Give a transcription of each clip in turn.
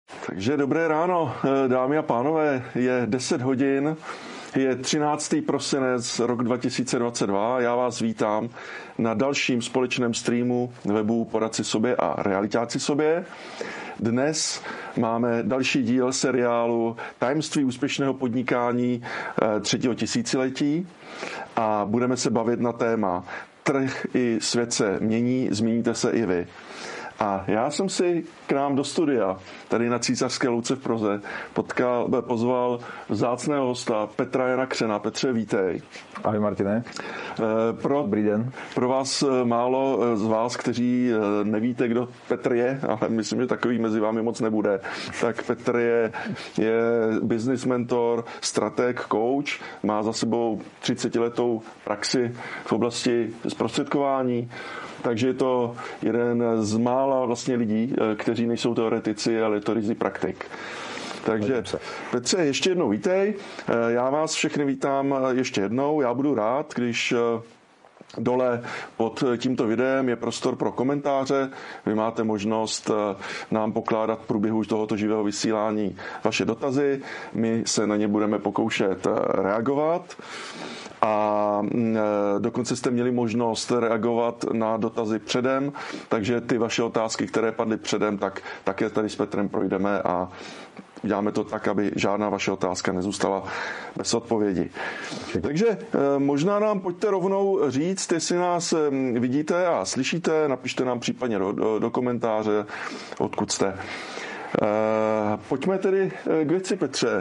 Takže dobré ráno, dámy a pánové, je 10 hodin, je 13. prosinec rok 2022, já vás vítám na dalším společném streamu webu Poradci sobě a realitáci sobě. Dnes máme další díl seriálu Tajemství úspěšného podnikání 3. tisíciletí a budeme se bavit na téma Trh i svět se mění, změníte se i vy. A já jsem si k nám do studia, tady na Císařské louce v Praze, pozval vzácného hosta Petra Jana Křena. Petře, vítej. Ahoj Martine. Dobrý den. Pro vás málo z vás, kteří nevíte, kdo Petr je, ale myslím, že takový mezi vámi moc nebude, tak Petr je business mentor, strateg, coach, má za sebou 30letou praxi v oblasti zprostředkování. Takže je to jeden z mála vlastně lidí, kteří nejsou teoretici, ale je to ryzí praktik. Takže Petře, ještě jednou vítej. Já vás všechny vítám ještě jednou. Já budu rád, když dole pod tímto videem je prostor pro komentáře. Vy máte možnost nám pokládat v průběhu tohoto živého vysílání vaše dotazy. My se na ně budeme pokoušet reagovat. A dokonce jste měli možnost reagovat na dotazy předem, takže ty vaše otázky, které padly předem, tak je tady s Petrem projdeme a děláme to tak, aby žádná vaše otázka nezůstala bez odpovědi. Takže možná nám pojďte rovnou říct, jestli nás vidíte a slyšíte, napište nám případně do komentáře, odkud jste. Pojďme tedy k věci, Petře.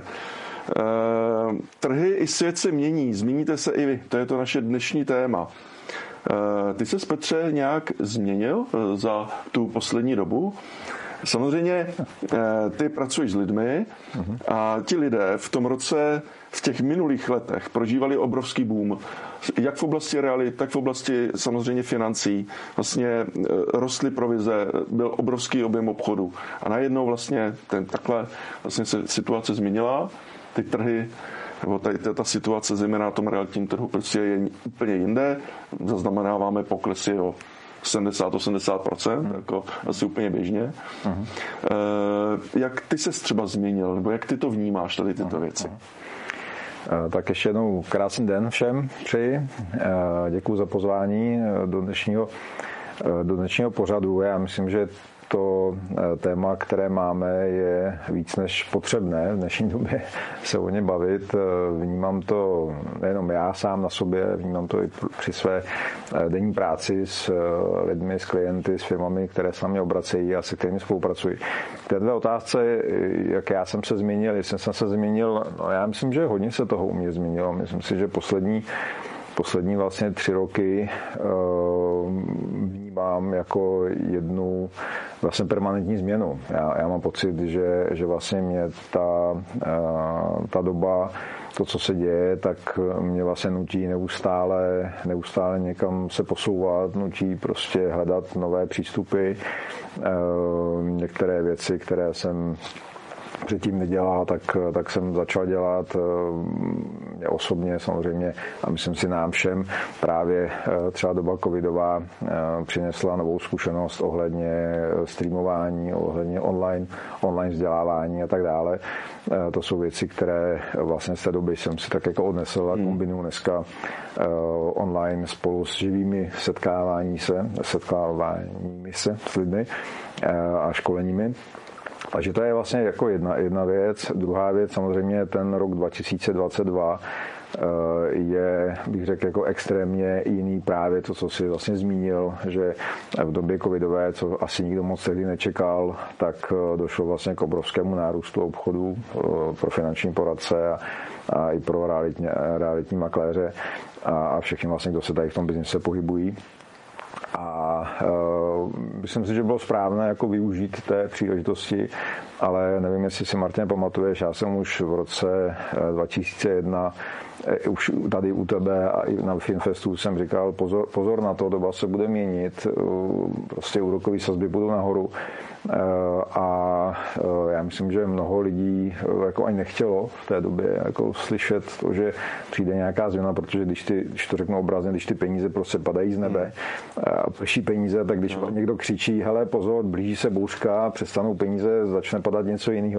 Trhy i svět se mění, změníte se i vy, to je to naše dnešní téma. Ty se, Petře, nějak změnil za tu poslední dobu? Samozřejmě ty pracuješ s lidmi a ti lidé v tom roce, v těch minulých letech prožívali obrovský boom. Jak v oblasti realit, tak v oblasti samozřejmě financí. Vlastně rostly provize, byl obrovský objem obchodu. A najednou vlastně takhle vlastně se situace změnila. Ty trhy, nebo ta situace zejména na tom realitním trhu prostě je úplně jinde. Zaznamenáváme poklesy o 70-80%, jako asi úplně běžně. Jak ty ses třeba změnil, nebo jak ty to vnímáš, tady tyto věci? Tak ještě jednou krásný den všem přeji. Děkuji za pozvání do dnešního pořadu. Já myslím, že to téma, které máme, je víc než potřebné v dnešní době se o ně bavit. Vnímám to nejenom já sám na sobě, vnímám to i při své denní práci s lidmi, s klienty, s firmami, které se na mě obracejí a se kterými spolupracuji. K té dvě otázce, jak já jsem se změnil, jestli jsem se změnil, no já myslím, že hodně se toho u mě změnilo. Myslím si, že poslední vlastně 3 roky vnímám jako jednu vlastně permanentní změnu. Já mám pocit, že vlastně mě ta doba, to, co se děje, tak mě vlastně nutí neustále někam se posouvat, nutí prostě hledat nové přístupy, některé věci, které jsem předtím nedělal, tak jsem začal dělat. Mě osobně samozřejmě a myslím si nám všem právě třeba doba covidová přinesla novou zkušenost ohledně streamování, ohledně online vzdělávání a tak dále. To jsou věci, které vlastně z té doby jsem si tak jako odnesl a kombinuju dneska online spolu s živými setkáváními se s lidmi a školeními. Takže to je vlastně jako jedna věc. Druhá věc, samozřejmě ten rok 2022 je, bych řekl, jako extrémně jiný právě to, co si vlastně zmínil, že v době covidové, co asi nikdo moc tehdy nečekal, tak došlo vlastně k obrovskému nárůstu obchodů pro finanční poradce a i pro realitní makléře a všechny vlastně, kdo se tady v tom biznise pohybují. A myslím si, že bylo správné jako využít té příležitosti, ale nevím, jestli si, Martin, pamatuješ, já jsem už v roce 2001 už tady u tebe a i na Finfestu jsem říkal, pozor na to, doba se bude měnit, prostě úrokové sazby budou nahoru a já myslím, že mnoho lidí jako ani nechtělo v té době jako slyšet to, že přijde nějaká změna, protože když to řeknu obrazně, když ty peníze prostě padají z nebe a prší peníze, tak když někdo křičí, hele pozor, blíží se bouřka, přestanou peníze, začne padat něco jiného,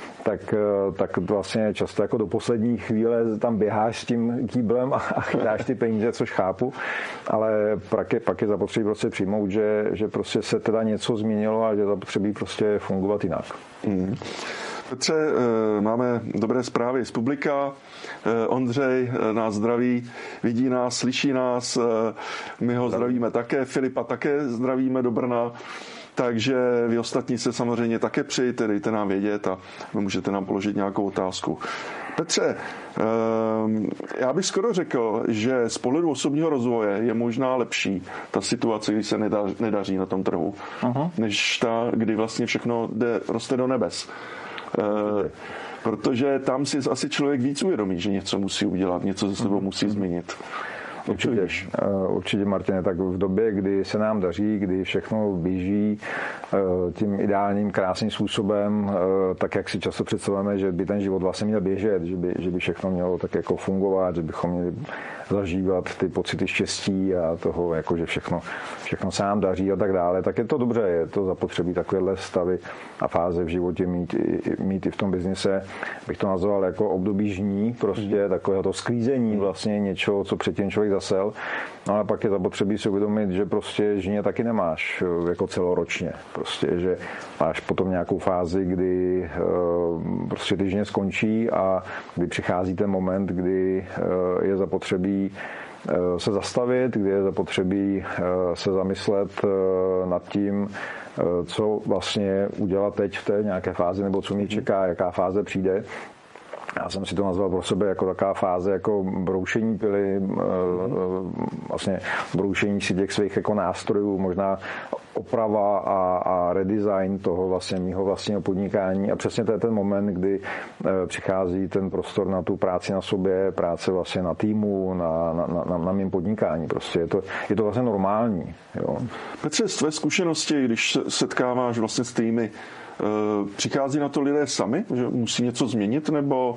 tak vlastně často jako do poslední chvíle tam běháš s tím kýblem a chytáš ty peníze, což chápu, ale pak je zapotřebí prostě přijmout, že prostě se teda něco změnilo a že zapotřebí prostě fungovat jinak. Petře, máme dobré zprávy z publika. Ondřej nás zdraví, vidí nás, slyší nás, my ho zdravíme také, Filipa také zdravíme do Brna. Takže vy ostatní se samozřejmě také přijďte, dejte nám vědět a můžete nám položit nějakou otázku. Petře, já bych skoro řekl, že z pohledu osobního rozvoje je možná lepší ta situace, když se nedaří na tom trhu, než ta, kdy vlastně všechno roste do nebes. Protože tam si asi člověk víc uvědomí, že něco musí udělat, něco ze sebou musí změnit. Určitě, Martine, tak v době, kdy se nám daří, kdy všechno běží tím ideálním, krásným způsobem, tak jak si často představujeme, že by ten život vlastně měl běžet, že by všechno mělo tak jako fungovat, že bychom měli zažívat ty pocity štěstí a toho, jako že všechno se nám daří a tak dále, tak je to dobře, je to zapotřebí takovéhle stavy a fáze v životě mít i v tom biznise. Bych to nazval jako období žní, prostě takového to sklízení vlastně něčeho, co předtím člověk zasel. No ale pak je zapotřebí si uvědomit, že prostě žně taky nemáš jako celoročně. Prostě, že máš potom nějakou fázi, kdy prostě ty žně skončí a kdy přichází ten moment, kdy je zapotřebí se zastavit, kdy je zapotřebí se zamyslet nad tím, co vlastně udělat teď v té nějaké fázi, nebo co mě čeká, jaká fáze přijde. Já jsem si to nazval pro sebe jako taková fáze jako broušení pily, vlastně broušení si těch svých jako nástrojů, možná oprava a redesign toho vlastně mýho vlastního podnikání a přesně to je ten moment, kdy přichází ten prostor na tu práci na sobě, práce vlastně na týmu, na mým podnikání. Prostě je to vlastně normální. Jo. Petře, z tvé zkušenosti, když se setkáváš vlastně s týmy, přichází na to lidé sami, že musí něco změnit,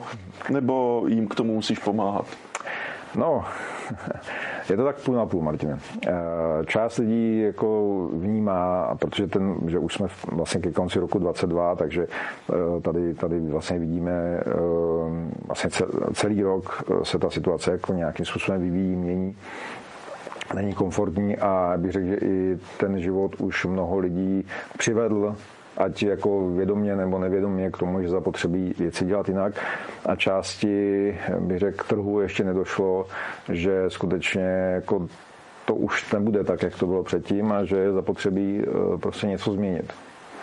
nebo jim k tomu musíš pomáhat? No, je to tak půl na půl, Martine. Část lidí jako vnímá, protože že už jsme vlastně ke konci roku 2022, takže tady vlastně vidíme vlastně celý rok se ta situace jako nějakým způsobem vyvíjí, mění. Není komfortní a bych řekl, že i ten život už mnoho lidí přivedl, ať jako vědomě nebo nevědomě k tomu, že zapotřebí věci dělat jinak. A části, bych řekl, trhu ještě nedošlo, že skutečně jako to už nebude tak, jak to bylo předtím a že je zapotřebí prostě něco změnit.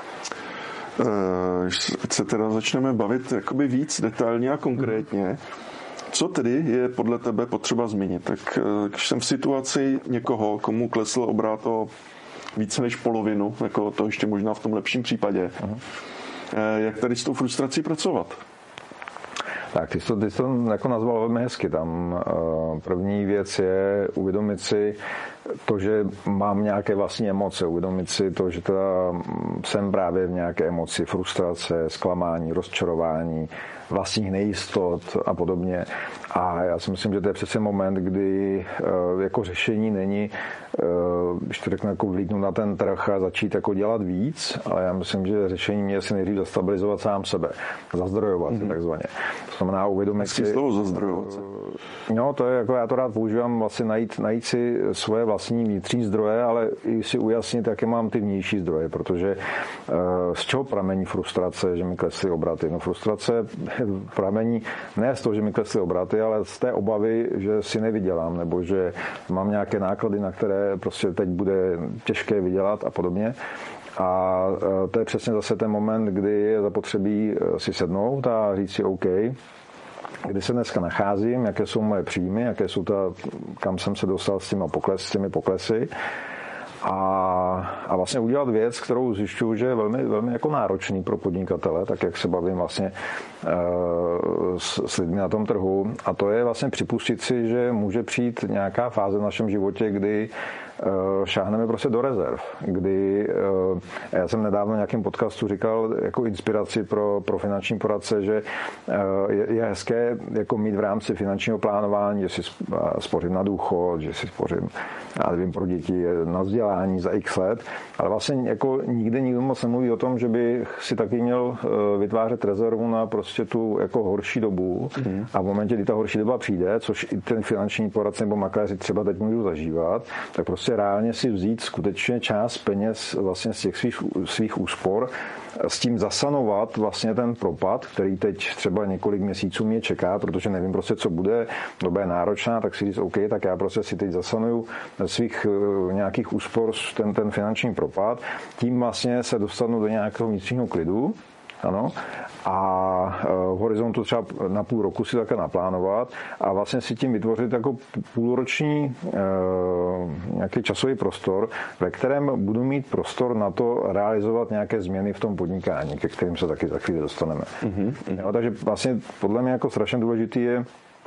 Když se teda začneme bavit jakoby víc detailně a konkrétně, co tedy je podle tebe potřeba změnit? Tak když jsem v situaci někoho, komu klesl obrat o více než polovinu, jako to ještě možná v tom lepším případě. Jak tady s tou frustrací pracovat? Tak, ty jsi to jako nazval velmi hezky. Tam první věc je uvědomit si to, že mám nějaké vlastní emoce, uvědomit si to, že teda jsem právě v nějaké emoci, frustrace, zklamání, rozčarování, vlastních nejistot a podobně. A já si myslím, že to je přece moment, kdy jako řešení není, když to řeknu, jako vlídnout na ten trh a začít jako dělat víc, ale já myslím, že řešení je si nejdřív zastabilizovat sám sebe, zazdrojovat takzvaně. To znamená uvědomit si... slovo zazdrojovat se. No, to je jako, já to rád používám, vlastně najít si svoje vlastní vnitřní zdroje, ale i si ujasnit, jaké mám ty vnější zdroje, protože z čeho pramení frustrace, že mi klesly obraty? No, frustrace pramení ne z toho, že mi klesly obraty, ale z té obavy, že si nevydělám, nebo že mám nějaké náklady, na které prostě teď bude těžké vydělat a podobně. A to je přesně zase ten moment, kdy je zapotřebí si sednout a říct si OK, kde se dneska nacházím, jaké jsou moje příjmy, jaké jsou kam jsem se dostal s těmi poklesy. A vlastně udělat věc, kterou zjišťuju, že je velmi, velmi jako náročný pro podnikatele, tak jak se bavím vlastně s lidmi na tom trhu. A to je vlastně připustit si, že může přijít nějaká fáze v našem životě, kdy šáhneme prostě do rezerv, kdy já jsem nedávno v nějakém podcastu říkal jako inspiraci pro finanční poradce, že je hezké jako mít v rámci finančního plánování, že si spořím na důchod, že si spořím, já nevím, pro děti na vzdělání za x let, ale vlastně jako nikdy nikdo moc nemluví o tom, že bych si taky měl vytvářet rezervu na prostě tu jako horší dobu a v momentě, kdy ta horší doba přijde, což i ten finanční poradce nebo makléři třeba teď můžou zažívat, tak prostě reálně si vzít skutečně část peněz vlastně z těch svých úspor, s tím zasanovat vlastně ten propad, který teď třeba několik měsíců mě čeká, protože nevím prostě, co bude, doba je náročná, tak si říct, OK, tak já prostě si teď zasanuju svých nějakých úspor ten finanční propad, tím vlastně se dostanu do nějakého vnitřního klidu, ano, a v horizontu třeba na půl roku si také naplánovat a vlastně si tím vytvořit jako půlroční nějaký časový prostor, ve kterém budu mít prostor na to realizovat nějaké změny v tom podnikání, ke kterým se taky za chvíli dostaneme. Jo, takže vlastně podle mě jako strašně důležitý je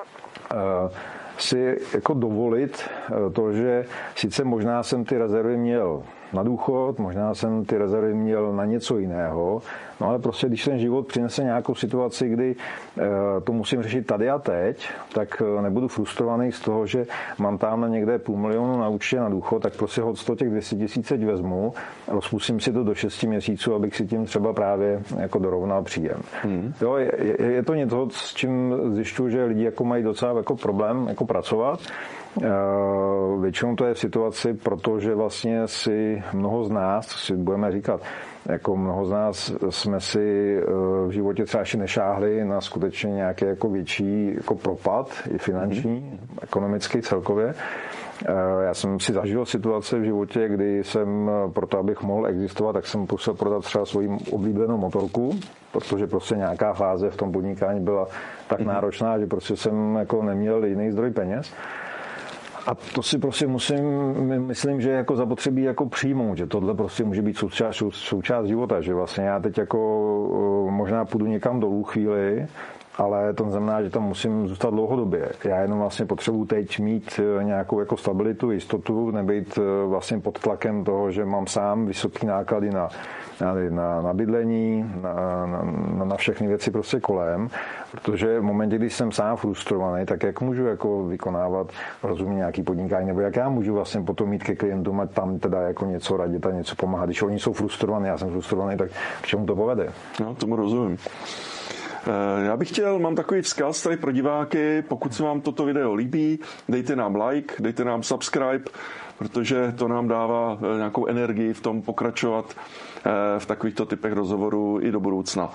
si jako dovolit to, že sice možná jsem ty rezervy měl na důchod, možná jsem ty rezervy měl na něco jiného, no ale prostě když ten život přinese nějakou situaci, kdy to musím řešit tady a teď, tak nebudu frustrovaný z toho, že mám tam někde 500 000 na účtě na důchod, tak prostě od 100 těch 200 000 vezmu, rozpustím si to do 6 měsíců, abych si tím třeba právě jako dorovnal příjem. Jo, je to něco, s čím zjišťuju, že lidi jako mají docela jako problém jako pracovat. Většinou to je v situaci, protože vlastně si mnoho z nás, si budeme říkat, jako mnoho z nás jsme si v životě třeba ještě nešáhli na skutečně nějaký jako větší jako propad, i finanční, ekonomický celkově. Já jsem si zažil situace v životě, kdy jsem proto, abych mohl existovat, tak jsem musel prodat třeba svoji oblíbenou motorku, protože prostě nějaká fáze v tom podnikání byla tak náročná, že prostě jsem jako neměl jiný zdroj peněz. A to si prostě myslím, že jako zapotřebí jako přijmout, že tohle prostě může být součást života, že vlastně já teď jako možná půjdu někam dolů chvíli, ale to znamená, že tam musím zůstat dlouhodobě. Já jenom vlastně potřebuji teď mít nějakou jako stabilitu, jistotu, nebejt vlastně pod tlakem toho, že mám sám vysoký náklady na bydlení, na všechny věci prostě kolem, protože v momentě, kdy jsem sám frustrovaný, tak jak můžu jako vykonávat rozumně nějaký podnikání, nebo jak já můžu vlastně potom mít ke klientům a tam teda jako něco radit a něco pomáhat. Když oni jsou frustrovaní, já jsem frustrovaný, tak k čemu to povede? No, tomu rozumím. Já bych mám takový vzkaz tady pro diváky, pokud se vám toto video líbí, dejte nám like, dejte nám subscribe, protože to nám dává nějakou energii v tom pokračovat v takovýchto typech rozhovorů i do budoucna.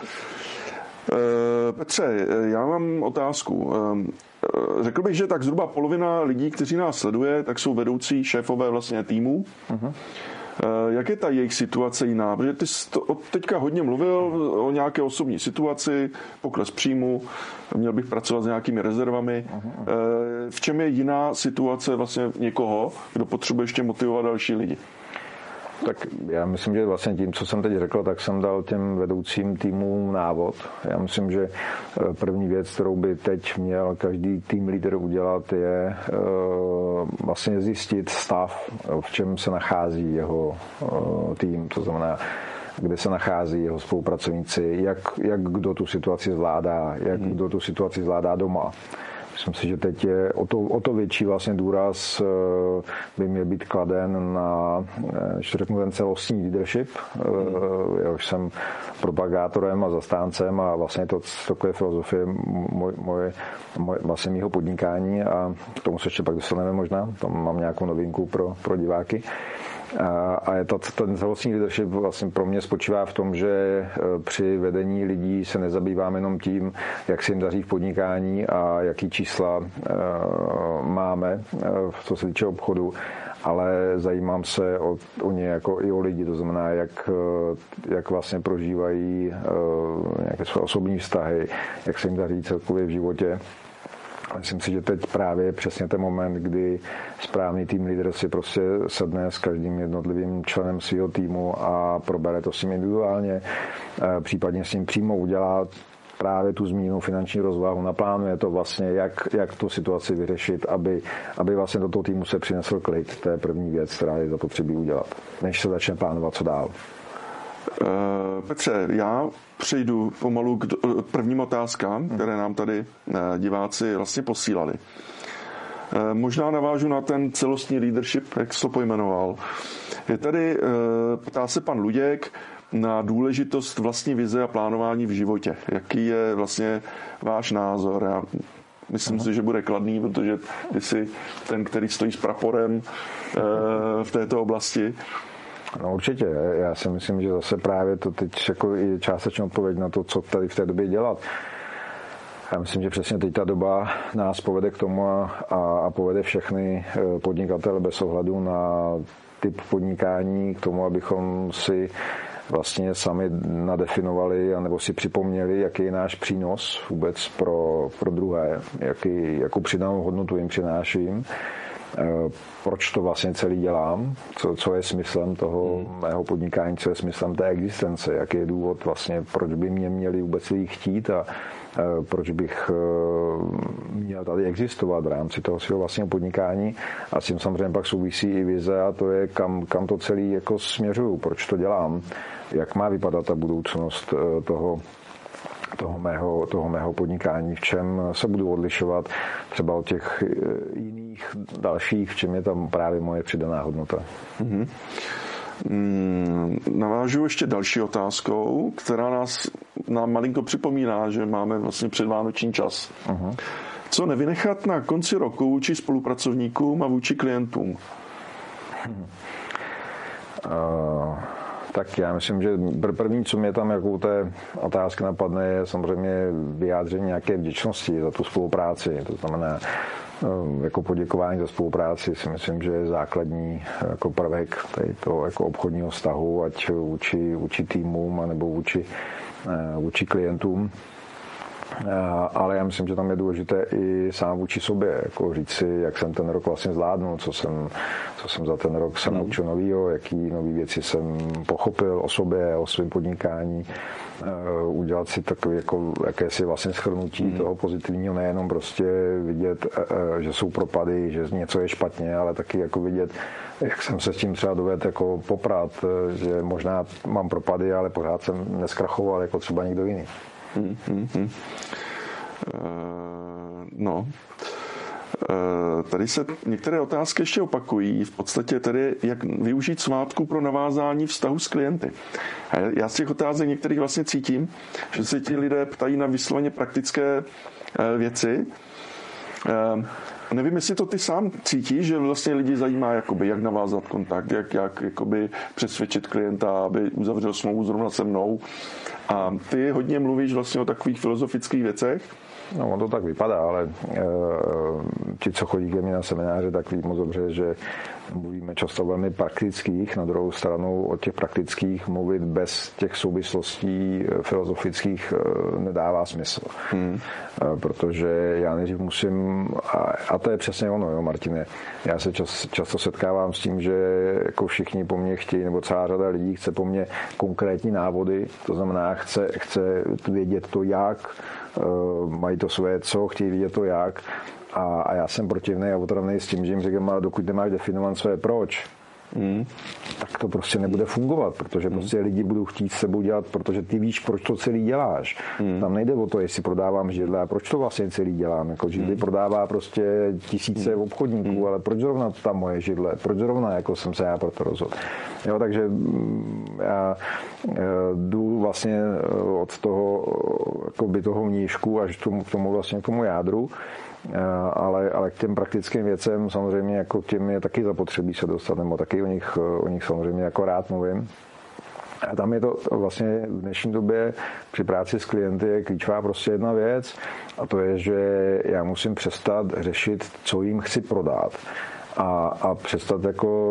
Petře, já mám otázku. Řekl bych, že tak zhruba polovina lidí, kteří nás sleduje, tak jsou vedoucí šéfové vlastně týmů. Jak je ta jejich situace jiná? Protože ty jsi teďka hodně mluvil o nějaké osobní situaci, pokles příjmu, měl bych pracovat s nějakými rezervami. V čem je jiná situace vlastně někoho, kdo potřebuje ještě motivovat další lidi? Tak já myslím, že vlastně tím, co jsem teď řekl, tak jsem dal těm vedoucím týmům návod. Já myslím, že první věc, kterou by teď měl každý tým lídr udělat, je vlastně zjistit stav, v čem se nachází jeho tým, to znamená, kde se nachází jeho spolupracovníci, jak kdo tu situaci zvládá, jak kdo tu situaci zvládá doma. Myslím si, že teď je o to větší vlastně důraz by měl být kladen na, když řeknu, ten celostní leadership. Já už jsem propagátorem a zastáncem a vlastně to takové filozofie vlastně mýho podnikání a k tomu se ještě pak dostaneme možná. Tam mám nějakou novinku pro diváky. A ten celostní leadership vlastně pro mě spočívá v tom, že při vedení lidí se nezabývám jenom tím, jak se jim daří v podnikání a jaký čísla máme, co se týče obchodu, ale zajímám se o ně jako i o lidi, to znamená, jak vlastně prožívají nějaké své osobní vztahy, jak se jim daří celkově v životě. Myslím si, že teď právě je přesně ten moment, kdy správný tým lídr si prostě sedne s každým jednotlivým členem svého týmu a probere to s ním individuálně, případně s ním přímo udělá právě tu zmíněnou finanční rozvahu, naplánuje to vlastně, jak tu situaci vyřešit, aby vlastně do toho týmu se přinesl klid. To je první věc, která je zapotřebí udělat, než se začne plánovat, co dál. Petře, já přejdu pomalu k prvním otázkám, které nám tady diváci vlastně posílali. Možná navážu na ten celostní leadership, jak jsi to pojmenoval. Je tady, ptá se pan Luděk, na důležitost vlastní vize a plánování v životě. Jaký je vlastně váš názor? Já myslím si, že bude kladný, protože ty jsi ten, který stojí s praporem v této oblasti. No určitě. Já si myslím, že zase právě to teď jako je částečně odpověď na to, co tady v té době dělat. Já myslím, že přesně teď ta doba nás povede k tomu a povede všechny podnikatele bez ohledu na typ podnikání k tomu, abychom si vlastně sami nadefinovali anebo si připomněli, jaký je náš přínos vůbec pro druhé, jakou přidanou hodnotu jim přináším, proč to vlastně celý dělám, co je smyslem toho mého podnikání, co je smyslem té existence, jaký je důvod vlastně, proč by mě měli vůbec lidi chtít a proč bych měl tady existovat v rámci toho svého vlastního podnikání. A s tím samozřejmě pak souvisí i vize a to je, kam to celý jako směřuju, proč to dělám, jak má vypadat ta budoucnost toho mého podnikání, v čem se budu odlišovat třeba od těch jiných dalších, v čem je tam právě moje přidaná hodnota. Mm-hmm. Navážu ještě další otázkou, která nám malinko připomíná, že máme vlastně předvánoční čas. Uh-huh. Co nevynechat na konci roku vůči spolupracovníkům a vůči klientům? Tak já myslím, že první, co mě tam jako té otázky napadne, je samozřejmě vyjádření nějaké vděčnosti za tu spolupráci. To znamená, jako poděkování za spolupráci si myslím, že je základní jako prvek tady toho jako obchodního vztahu, ať vůči týmům, anebo vůči klientům. Ale já myslím, že tam je důležité i sám vůči sobě, jako říct si, jak jsem ten rok vlastně zvládnul, co jsem za ten rok se naučil novýho, jaký nový věci jsem pochopil o sobě, o svém podnikání, udělat si takové jako jakési vlastně shrnutí toho pozitivního, nejenom prostě vidět, že jsou propady, že něco je špatně, ale taky jako vidět, jak jsem se s tím třeba dovedl jako poprat, že možná mám propady, ale pořád jsem neskrachoval jako třeba někdo jiný. Tady se některé otázky ještě opakují. V podstatě tedy, jak využít svátku pro navázání vztahu s klienty. A já z těch otázek některých vlastně cítím, že se ti lidé ptají na vysloveně praktické věci. Nevím, jestli to ty sám cítíš, že vlastně lidi zajímá, jakoby, jak navázat kontakt, jak jakoby přesvědčit klienta, aby uzavřel smlouvu zrovna se mnou. A ty hodně mluvíš vlastně o takových filozofických věcech. No, on to tak vypadá, ale ti, co chodí ke mně na semináře, tak ví moc dobře, že mluvíme často velmi praktických. Na druhou stranu od těch praktických mluvit bez těch souvislostí filozofických nedává smysl. Protože já nejdřív musím, a to je přesně ono, jo, Martine, já se často setkávám s tím, že jako všichni po mně chtějí, nebo celá řada lidí chce po mně konkrétní návody, to znamená chce vědět to, jak, mají to své co, chtějí vidět to jak a já jsem protivnej a otravnej s tím, že jim říkám, ale dokud nemáš definovat své proč, tak to prostě nebude fungovat, protože prostě lidi budou chtít s sebou dělat, protože ty víš, proč to celý děláš. Tam nejde o to, jestli prodávám židle a proč to vlastně celý dělám. Jako židly prodává prostě tisíce obchodníků, ale proč zrovna ta moje židle? Proč zrovna jako jsem se já pro to rozhodl? Jo, takže já jdu vlastně od toho, jakoby toho vnížku až k tomu vlastně k tomu jádru. Ale k těm praktickým věcem samozřejmě jako k těm je taky zapotřebí se dostat, nebo taky o nich samozřejmě jako rád mluvím. A tam je to vlastně v dnešní době při práci s klienty je klíčová prostě jedna věc a to je, že já musím přestat řešit, co jim chci prodat. A přestat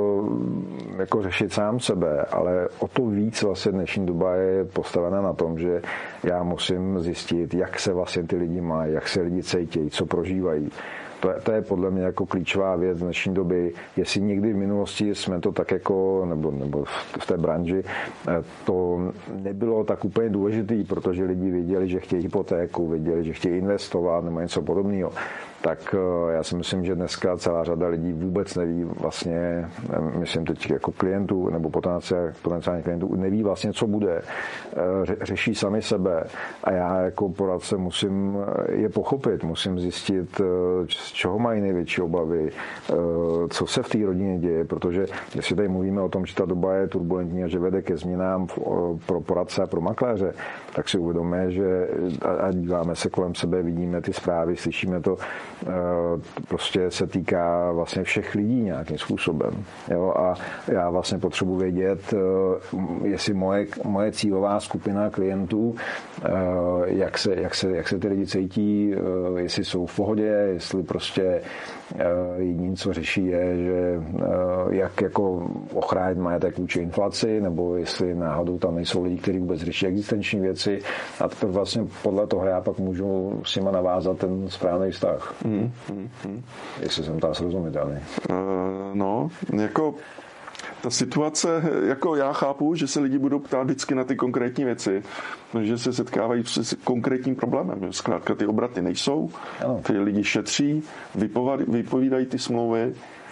jako řešit sám sebe, ale o to víc vlastně dnešní doba je postavena na tom, že já musím zjistit, jak se vlastně ty lidi mají, jak se lidi cítí, co prožívají, To je podle mě jako klíčová věc v dnešní doby. Jestli někdy v minulosti jsme to tak jako, nebo v té branži, to nebylo tak úplně důležitý, protože lidi věděli, že chtějí hypotéku, věděli, že chtějí investovat nebo něco podobného. Tak já si myslím, že dneska celá řada lidí vůbec neví vlastně, myslím teď jako klientů nebo potenciálních klientů, neví vlastně, co bude. Řeší sami sebe a já jako poradce musím je pochopit, musím zjistit, z čeho mají největší obavy, co se v té rodině děje, protože jestli tady mluvíme o tom, že ta doba je turbulentní a že vede ke změnám pro poradce a pro makléře, tak si uvědomíme, že a díváme se kolem sebe, vidíme ty zprávy, slyšíme to, prostě se týká vlastně všech lidí nějakým způsobem. Jo? A já vlastně potřebuji vědět, jestli moje cílová skupina klientů, jak se ty lidi cítí, jestli jsou v pohodě, jestli prostě jediné, co řeší, je, že jak jako ochránit majetek vůči inflaci, nebo jestli náhodou tam nejsou lidi, kteří vůbec řeší existenční věci. A to vlastně podle toho já pak můžu s nima navázat ten správný vztah. Jestli jsem tam srozumitelný. No, jako ta situace, jako já chápu, že se lidi budou ptát vždycky na ty konkrétní věci, že se setkávají s konkrétním problémem. Zkrátka ty obraty nejsou, ano. Ty lidi šetří, vypovídají ty smlouvy,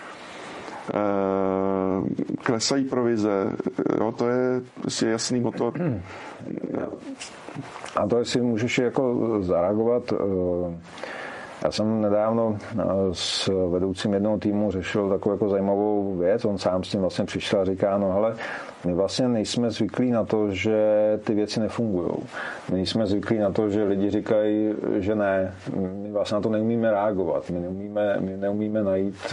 klesají provize, jo, to je prostě jasný motor. A to jestli můžeš jako zareagovat. Já jsem nedávno s vedoucím jednoho týmu řešil takovou jako zajímavou věc. On sám s tím vlastně přišel a říká, no hele, my vlastně nejsme zvyklí na to, že ty věci nefungují. My nejsme zvyklí na to, že lidi říkají, že ne. My vlastně na to neumíme reagovat. My neumíme najít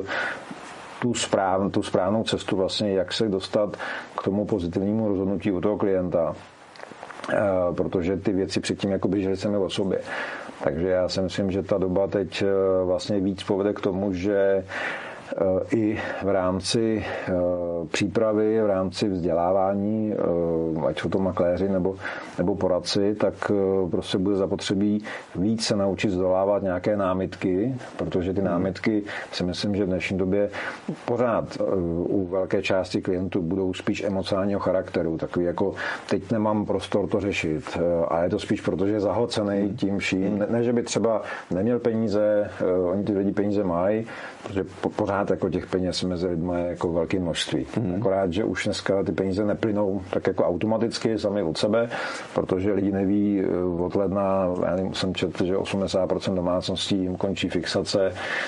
tu správnou cestu vlastně, jak se dostat k tomu pozitivnímu rozhodnutí u toho klienta. Protože ty věci předtím jako běžely sami o sobě. Takže já si myslím, že ta doba teď vlastně víc povede k tomu, že i v rámci přípravy, v rámci vzdělávání, ať jsou to makléři nebo poradci, tak prostě bude zapotřebí víc se naučit zdolávat nějaké námitky, protože ty námitky si myslím, že v dnešní době pořád u velké části klientů budou spíš emocionálního charakteru, takový jako teď nemám prostor to řešit a je to spíš proto, že je zahlcený tím vším. Ne, že by třeba neměl peníze, oni ty lidi peníze mají, protože pořád jako těch peněz mezi lidmi je jako velké množství. Akorát, že už dneska ty peníze neplynou tak jako automaticky sami od sebe, protože lidi neví od ledna, já jsem četl, že 80% domácností jim končí fixace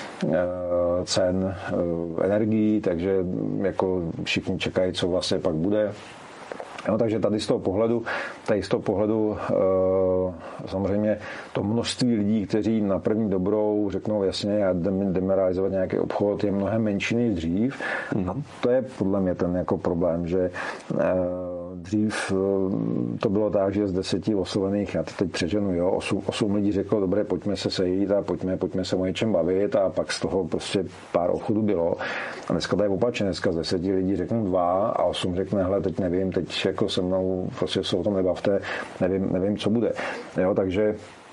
cen energií, takže jako všichni čekají, co vlastně pak bude. No, takže tady z toho pohledu samozřejmě to množství lidí, kteří na první dobrou řeknou jasně, jdeme realizovat nějaký obchod, je mnohem menší než dřív. A to je podle mě ten jako problém, že dřív to bylo tak, že z 10 oslovených, já to teď přeženu, jo, 8 lidí řeklo, dobré, pojďme se sejít a pojďme se o něčem bavit a pak z toho prostě pár obchodů bylo. A dneska to je opačně, dneska z 10 lidí řeknou 2 a 8 řekne, hele, teď nevím, teď jako se mnou prostě se o tom nebavte, nevím, co bude. Jo, takže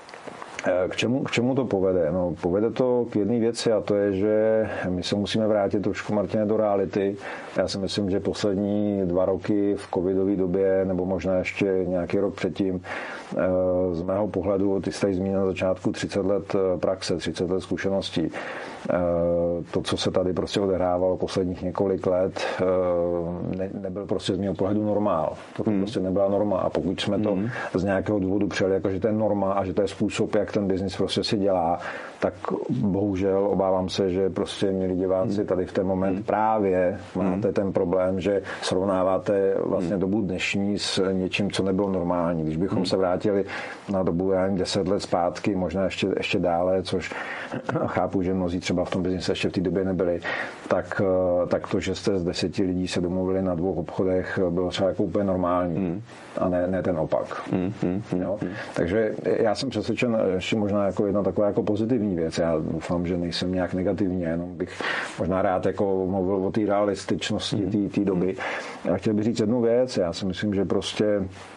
k čemu to povede? No, povede to k jedné věci a to je, že my se musíme vrátit trošku, Martine, do reality. Já si myslím, že poslední 2 roky v covidové době, nebo možná ještě nějaký rok předtím, z mého pohledu, ty jsi tady zmínil na začátku 30 let praxe, 30 let zkušeností. To, co se tady prostě odehrávalo posledních několik let, nebyl prostě z mého pohledu normál. To prostě nebyla norma. A pokud jsme to z nějakého důvodu přijali, jako že to je norma a že to je způsob, jak ten biznis prostě si dělá, tak bohužel obávám se, že prostě milí diváci tady v ten moment právě máte ten problém, že srovnáváte vlastně dobu dnešní s něčím, co nebylo normální. Když bychom se vrátili na dobu 10 let zpátky, možná ještě dále, což chápu, že mnozí třeba v tom biznisu ještě v té době nebyli, tak to, že jste z 10 lidí se domluvili na 2 obchodech, bylo třeba jako úplně normální. A ne ten opak. Jo? Takže já jsem přesvědčen, ještě možná jako jedna taková jako pozitivní věc. Já doufám, že nejsem nějak negativní, jenom bych možná rád jako mluvil o té realističnosti té doby. Já chtěl bych říct jednu věc. Já si myslím, že prostě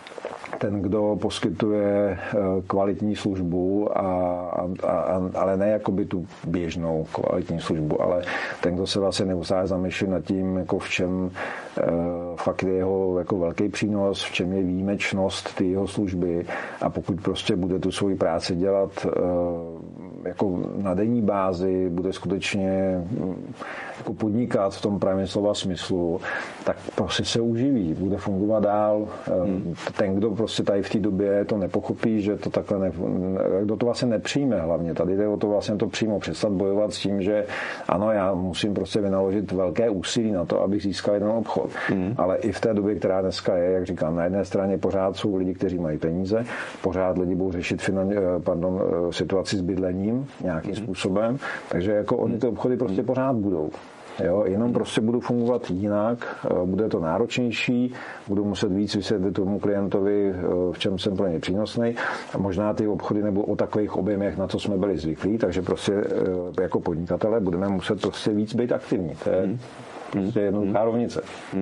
ten, kdo poskytuje kvalitní službu, ale ne jakoby tu běžnou kvalitní službu, ale ten, kdo se vlastně neustále zamýšlí nad tím, jako v čem fakt je jeho jako velký přínos, v čem je výjimečnost ty jeho služby, a pokud prostě bude tu svoji práci dělat jako na denní bázi, bude skutečně jako podnikat v tom pravém slova smyslu, tak prostě se uživí, bude fungovat dál. Ten, kdo prostě tady v té době to nepochopí, že to takhle kdo to vlastně nepřijme hlavně. Tady jde o to vlastně to přímo přestat bojovat s tím, že ano, já musím prostě vynaložit velké úsilí na to, abych získal jeden obchod. Ale i v té době, která dneska je, jak říkám, na jedné straně pořád jsou lidi, kteří mají peníze, pořád lidi budou řešit situaci s bydlením nějakým způsobem, takže jako oni ty obchody prostě pořád budou. Jo, jenom prostě budou fungovat jinak, bude to náročnější, budu muset víc vysvětlit tomu klientovi, v čem jsem pro ně přínosný, a možná ty obchody nebudou o takových objemech, na co jsme byli zvyklí, takže prostě jako podnikatelé budeme muset prostě víc být aktivní. To je prostě jednoduchá rovnice.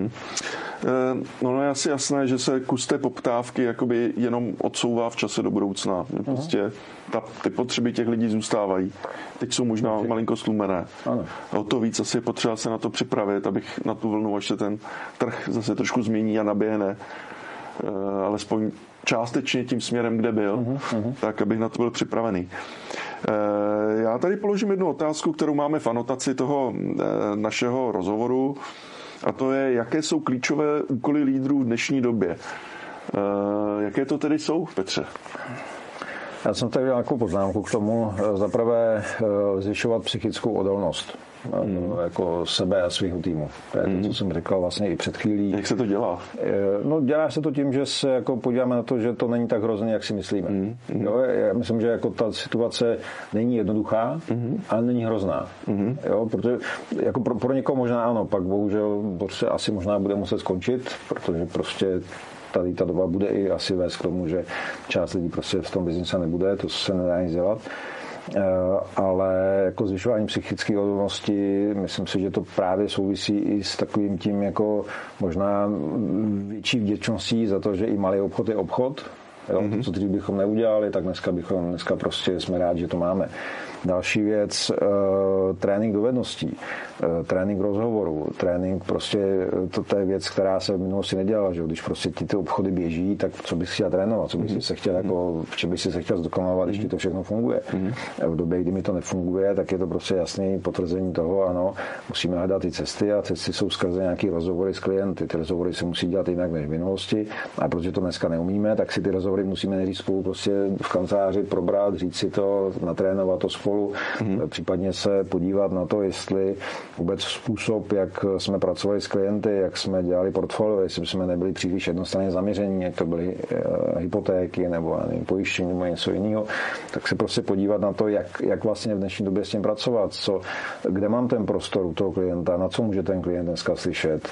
No je asi jasné, že se kus té poptávky jakoby jenom odsouvá v čase do budoucna. Prostě ty potřeby těch lidí zůstávají. Teď jsou možná malinko stlumené. O to víc asi je potřeba se na to připravit, abych na tu vlnu, až se ten trh zase trošku změní a naběhne, alespoň částečně tím směrem, kde byl, tak abych na to byl připravený. Já tady položím jednu otázku, kterou máme v anotaci toho našeho rozhovoru, a to je, jaké jsou klíčové úkoly lídrů v dnešní době. Jaké to tedy jsou, Petře? Já jsem tady dělal nějakou poznámku k tomu. Za prvé zvyšovat psychickou odolnost jako sebe a svého týmu. To je to, co jsem říkal vlastně i před chvílí. Jak se to dělá? No, dělá se to tím, že se jako podíváme na to, že to není tak hrozné, jak si myslíme. Jo, já myslím, že jako ta situace není jednoduchá, ale není hrozná. Jo, protože jako pro někoho možná ano, pak bohužel se asi možná bude muset skončit, protože prostě tady ta doba bude i asi vést k tomu, že část lidí prostě v tom biznise nebude, to se nedá nic dělat. Ale jako zvyšování psychické odolnosti, myslím si, že to právě souvisí i s takovým tím jako možná větší vděčností za to, že i malý obchod je obchod. Jo? To, co dřív bychom neudělali, tak dneska prostě jsme rádi, že to máme. Další věc, trénink dovedností, trénink rozhovoru, trénink prostě, to je věc, která se v minulosti nedělala, že když prostě ty obchody běží, tak co bys chtěl trénovat, co bys se chtěl jako, v čem bys se chtěl zdokonalovat, když ti to všechno funguje. V době, kdy mi to nefunguje, tak je to prostě jasné potvrzení toho, ano, musíme hledat ty cesty, a cesty jsou skrze nějaký rozhovory s klienty. Ty rozhovory se musí dělat jinak než v minulosti, a protože to dneska neumíme, tak si ty rozhovory musíme nejdřív spolu prostě v kanceláři probrat, říct si to, natrénovat to spolu, případně se podívat na to, jestli vůbec způsob, jak jsme pracovali s klienty, jak jsme dělali portfolio, jestli jsme nebyli příliš jednostranně zaměření, jak to byly hypotéky nebo pojištění nebo něco jiného, tak se prostě podívat na to, jak vlastně v dnešní době s tím pracovat, kde mám ten prostor u toho klienta, na co může ten klient dneska slyšet.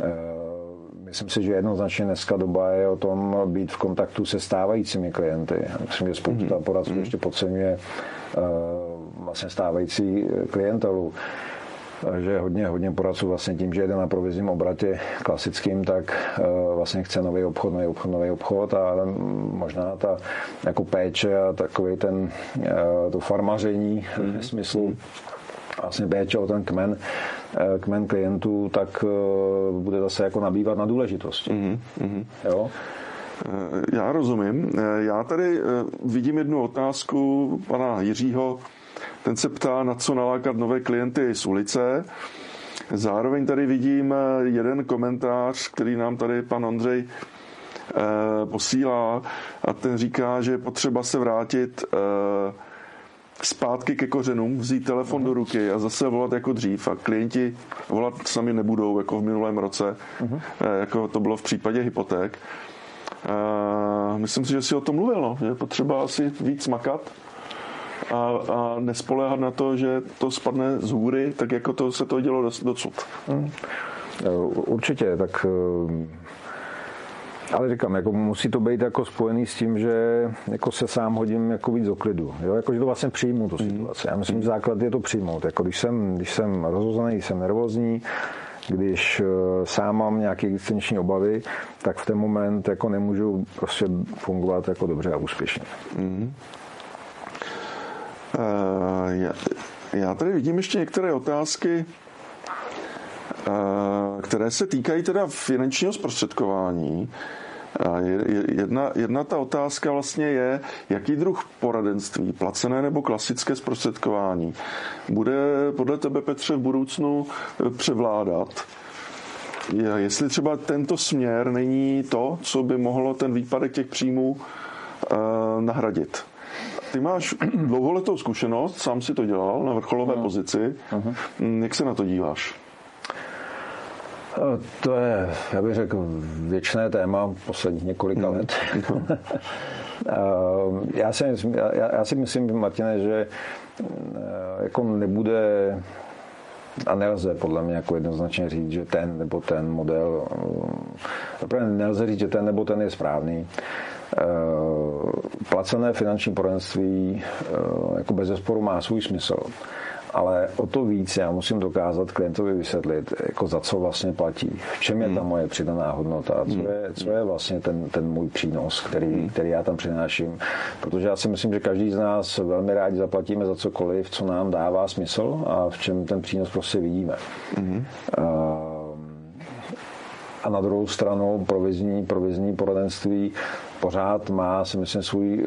Myslím si, že jednoznačně dneska doba je o tom být v kontaktu se stávajícími klienty. Myslím, že spousta poradců ještě podceňuje vlastně stávající klientelu. Že hodně poradců vlastně tím, že jede na provizním obratě klasickým, tak vlastně chce nový obchod, ale možná ta jako péče a takový to farmaření v smyslu vlastně péče o ten kmen klientů, tak bude zase jako nabývat na důležitosti. Jo? Já rozumím. Já tady vidím jednu otázku pana Jiřího. Ten se ptá, na co nalákat nové klienty z ulice. Zároveň tady vidím jeden komentář, který nám tady pan Ondřej posílá, a ten říká, že je potřeba se vrátit zpátky ke kořenům, vzít telefon do ruky a zase volat jako dřív, a klienti volat sami nebudou, jako v minulém roce, jako to bylo v případě hypoték. Myslím si, že si o tom mluvil, no, že je potřeba asi víc makat a nespoléhat na to, že to spadne z hůry, tak jako se to dělo dosud. Určitě, tak ale říkám, jako musí to být jako spojený s tím, že jako se sám hodím jako víc do klidu. Jo? Jako, že to vlastně přijmu tu situaci. Já myslím, že základ je to přijmout. Jako, když jsem rozhozený, když jsem nervózní, když sám mám nějaké existenční obavy, tak v ten moment jako nemůžu prostě fungovat jako dobře a úspěšně. Já tady vidím ještě některé otázky, které se týkají teda finančního zprostředkování. Jedna ta otázka vlastně je, jaký druh poradenství, placené nebo klasické zprostředkování, bude podle tebe, Petře, v budoucnu převládat? Jestli třeba tento směr není to, co by mohlo ten výpadek těch příjmů nahradit. Ty máš dlouholetou zkušenost, sám si to dělal na vrcholové pozici. Jak se na to díváš? To je, já bych řekl, věčné téma posledních několika let. Já si myslím, Martine, že jako nebude a nelze podle mě jako jednoznačně říct, že ten nebo ten model, nelze říct, že ten nebo ten je správný. Placené finanční poradenství jako bezesporu má svůj smysl. Ale o to víc já musím dokázat klientovi vysvětlit, jako za co vlastně platí, v čem je ta moje přidaná hodnota, co je vlastně ten můj přínos, který já tam přináším. Protože já si myslím, že každý z nás velmi rádi zaplatíme za cokoliv, co nám dává smysl a v čem ten přínos prostě vidíme. A na druhou stranu provizní poradenství pořád má, si myslím,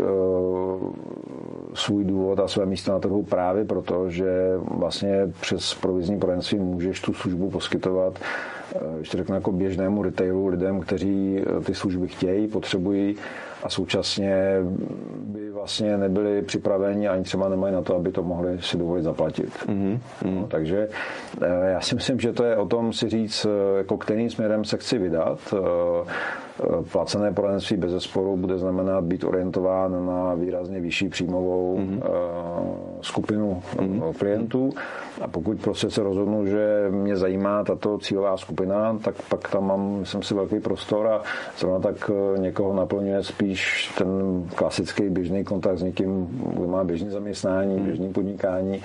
svůj důvod a své místo na trhu právě proto, že vlastně přes provizní poradenství můžeš tu službu poskytovat, ještě řeknu, jako běžnému retailu, lidem, kteří ty služby chtějí, potřebují a současně by vlastně nebyli připraveni ani třeba nemají na to, aby to mohli si dovolit zaplatit. No, takže já si myslím, že to je o tom si říct, jako kterým směrem se chci vydat. Placené poradenství bezesporu bude znamenat být orientován na výrazně vyšší příjmovou skupinu klientů a pokud prostě se rozhodnu, že mě zajímá tato cílová skupina, tak pak tam mám, myslím si, velký prostor a zrovna tak někoho naplňuje spíš ten klasický běžný kontakt s někým, kdo má běžné zaměstnání, běžné podnikání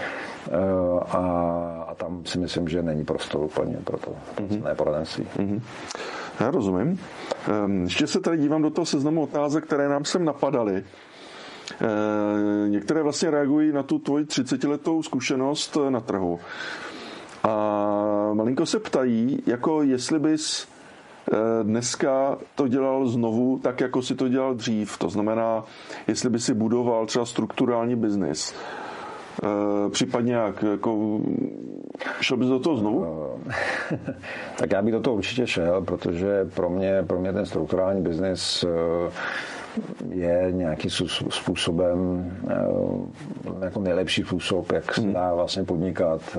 a tam si myslím, že není prostor úplně pro to placené poradenství. Já rozumím. Ještě se tady dívám do toho seznamu otázek, které nám sem napadaly. Některé vlastně reagují na tu tvoji 30letou zkušenost na trhu. A malinko se ptají, jako jestli bys dneska to dělal znovu tak, jako si to dělal dřív. To znamená, jestli by si budoval třeba strukturální biznis. Případně jak? Jako, šel bys do toho znovu? Tak já bych do toho určitě šel, protože pro mě ten strukturální biznis je nějakým způsobem jako nejlepší způsob, jak se dá vlastně podnikat.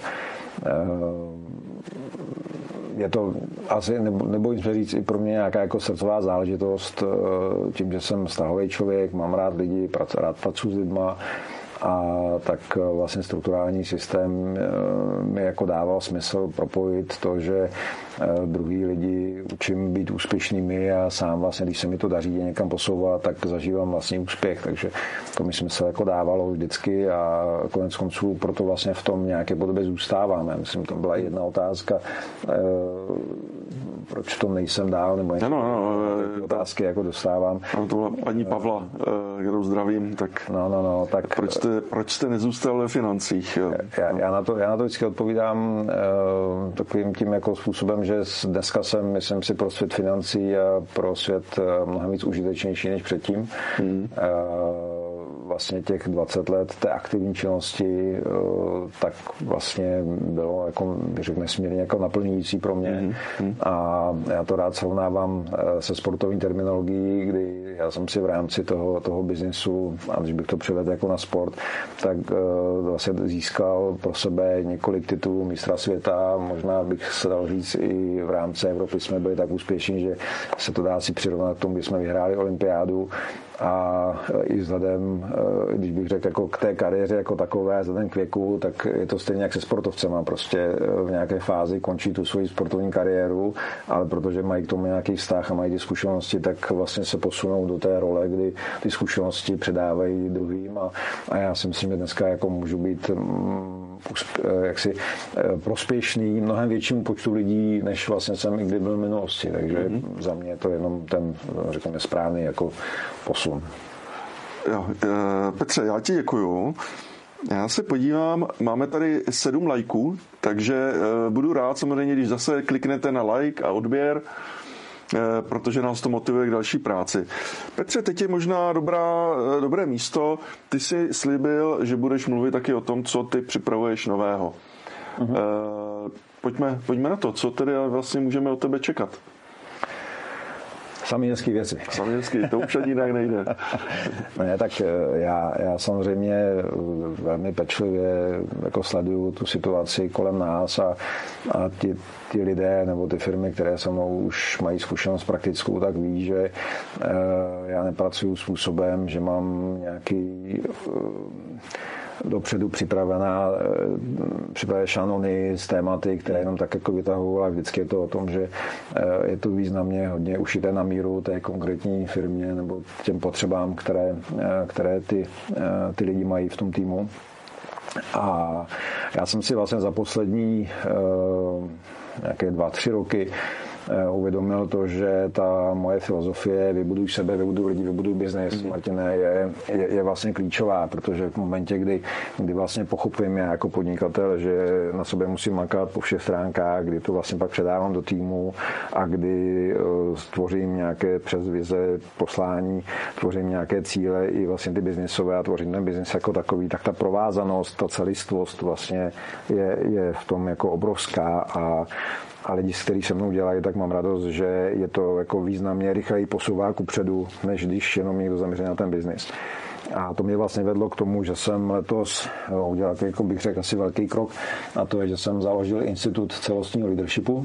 Je to asi, nebojím se říct, i pro mě nějaká jako srdcová záležitost, tím, že jsem vztahový člověk, mám rád lidi, rád pracuji s lidma, a tak vlastně strukturální systém mi jako dával smysl propojit to, že druhý lidi učím být úspěšnými a sám vlastně, když se mi to daří někam posouvat, tak zažívám vlastně úspěch, takže to mi smysl jako dávalo vždycky a konec konců proto vlastně v tom nějaké podobě zůstáváme. Myslím, to byla jedna otázka, proč to nejsem dál, nebo otázky jako dostávám. Ano, to byla paní Pavla, kterou zdravím, tak, tak proč jste nezůstal ve financích? Já na to vždycky odpovídám takovým tím jako způsobem, že dneska jsem, myslím si, pro svět financí a pro svět mnohem víc užitečnější než předtím. Vlastně těch 20 let té aktivní činnosti tak vlastně bylo jako, řekl, nesmírně jako naplňující pro mě a já to rád srovnávám se sportovní terminologií, kdy já jsem si v rámci toho biznesu, a když bych to převedl jako na sport, tak vlastně získal pro sebe několik titulů mistra světa, možná bych se dal říct i v rámci Evropy jsme byli tak úspěšní, že se to dá si přirovnat k tomu, kdy jsme vyhráli olympiádu a i vzhledem, když bych řekl jako k té kariéře jako takové, vzhledem k věku, tak je to stejně jak se sportovcema, prostě v nějaké fázi končí tu svoji sportovní kariéru, ale protože mají k tomu nějaký vztah a mají ty zkušenosti, tak vlastně se posunou do té role, kdy ty zkušenosti předávají druhým a já si myslím, že dneska jako můžu být jaksi prospěšný mnohem většímu počtu lidí, než vlastně jsem i kdy byl v minulosti. Takže za mě je to jenom ten, řekněme, správný jako posun. Jo, Petře, já ti děkuju. Já se podívám, máme tady 7 lajků, takže budu rád samozřejmě, když zase kliknete na like a odběr, protože nás to motivuje k další práci. Petře, teď je možná dobré místo. Ty jsi slíbil, že budeš mluvit taky o tom, co ty připravuješ nového. Pojďme na to, co tedy vlastně můžeme od tebe čekat. Samý hezký věci. Samý hezký, to už ani jinak nejde. Ne, tak já samozřejmě velmi pečlivě jako sleduju tu situaci kolem nás a ty lidé nebo ty firmy, které se mnou už mají zkušenost praktickou, tak ví, že já nepracuju způsobem, že mám nějaký dopředu připravené šanony z tématy, které jenom tak jako vytahuji, ale vždycky je to o tom, že je to významně hodně ušité na míru té konkrétní firmě nebo těm potřebám, které ty lidi mají v tom týmu. A já jsem si vlastně za poslední nějaké 2-3 roky uvědomil to, že ta moje filozofie vybuduj sebe, vybuduj lidi, vybuduj biznes, Martine, je vlastně klíčová, protože v momentě, kdy vlastně pochopím já jako podnikatel, že na sobě musím makat po všech stránkách, kdy to vlastně pak předávám do týmu a kdy tvořím nějaké přes vize poslání, tvořím nějaké cíle i vlastně ty biznisové a tvořím ten biznis jako takový, tak ta provázanost, ta celistvost vlastně je v tom jako obrovská a lidi, kteří se mnou dělají, tak mám radost, že je to jako významně rychleji posouvá kupředu, než když jenom někdo zaměří na ten biznis. A to mě vlastně vedlo k tomu, že jsem letos udělal, jako bych řekl, asi velký krok, a to je, že jsem založil Institut celostního leadershipu,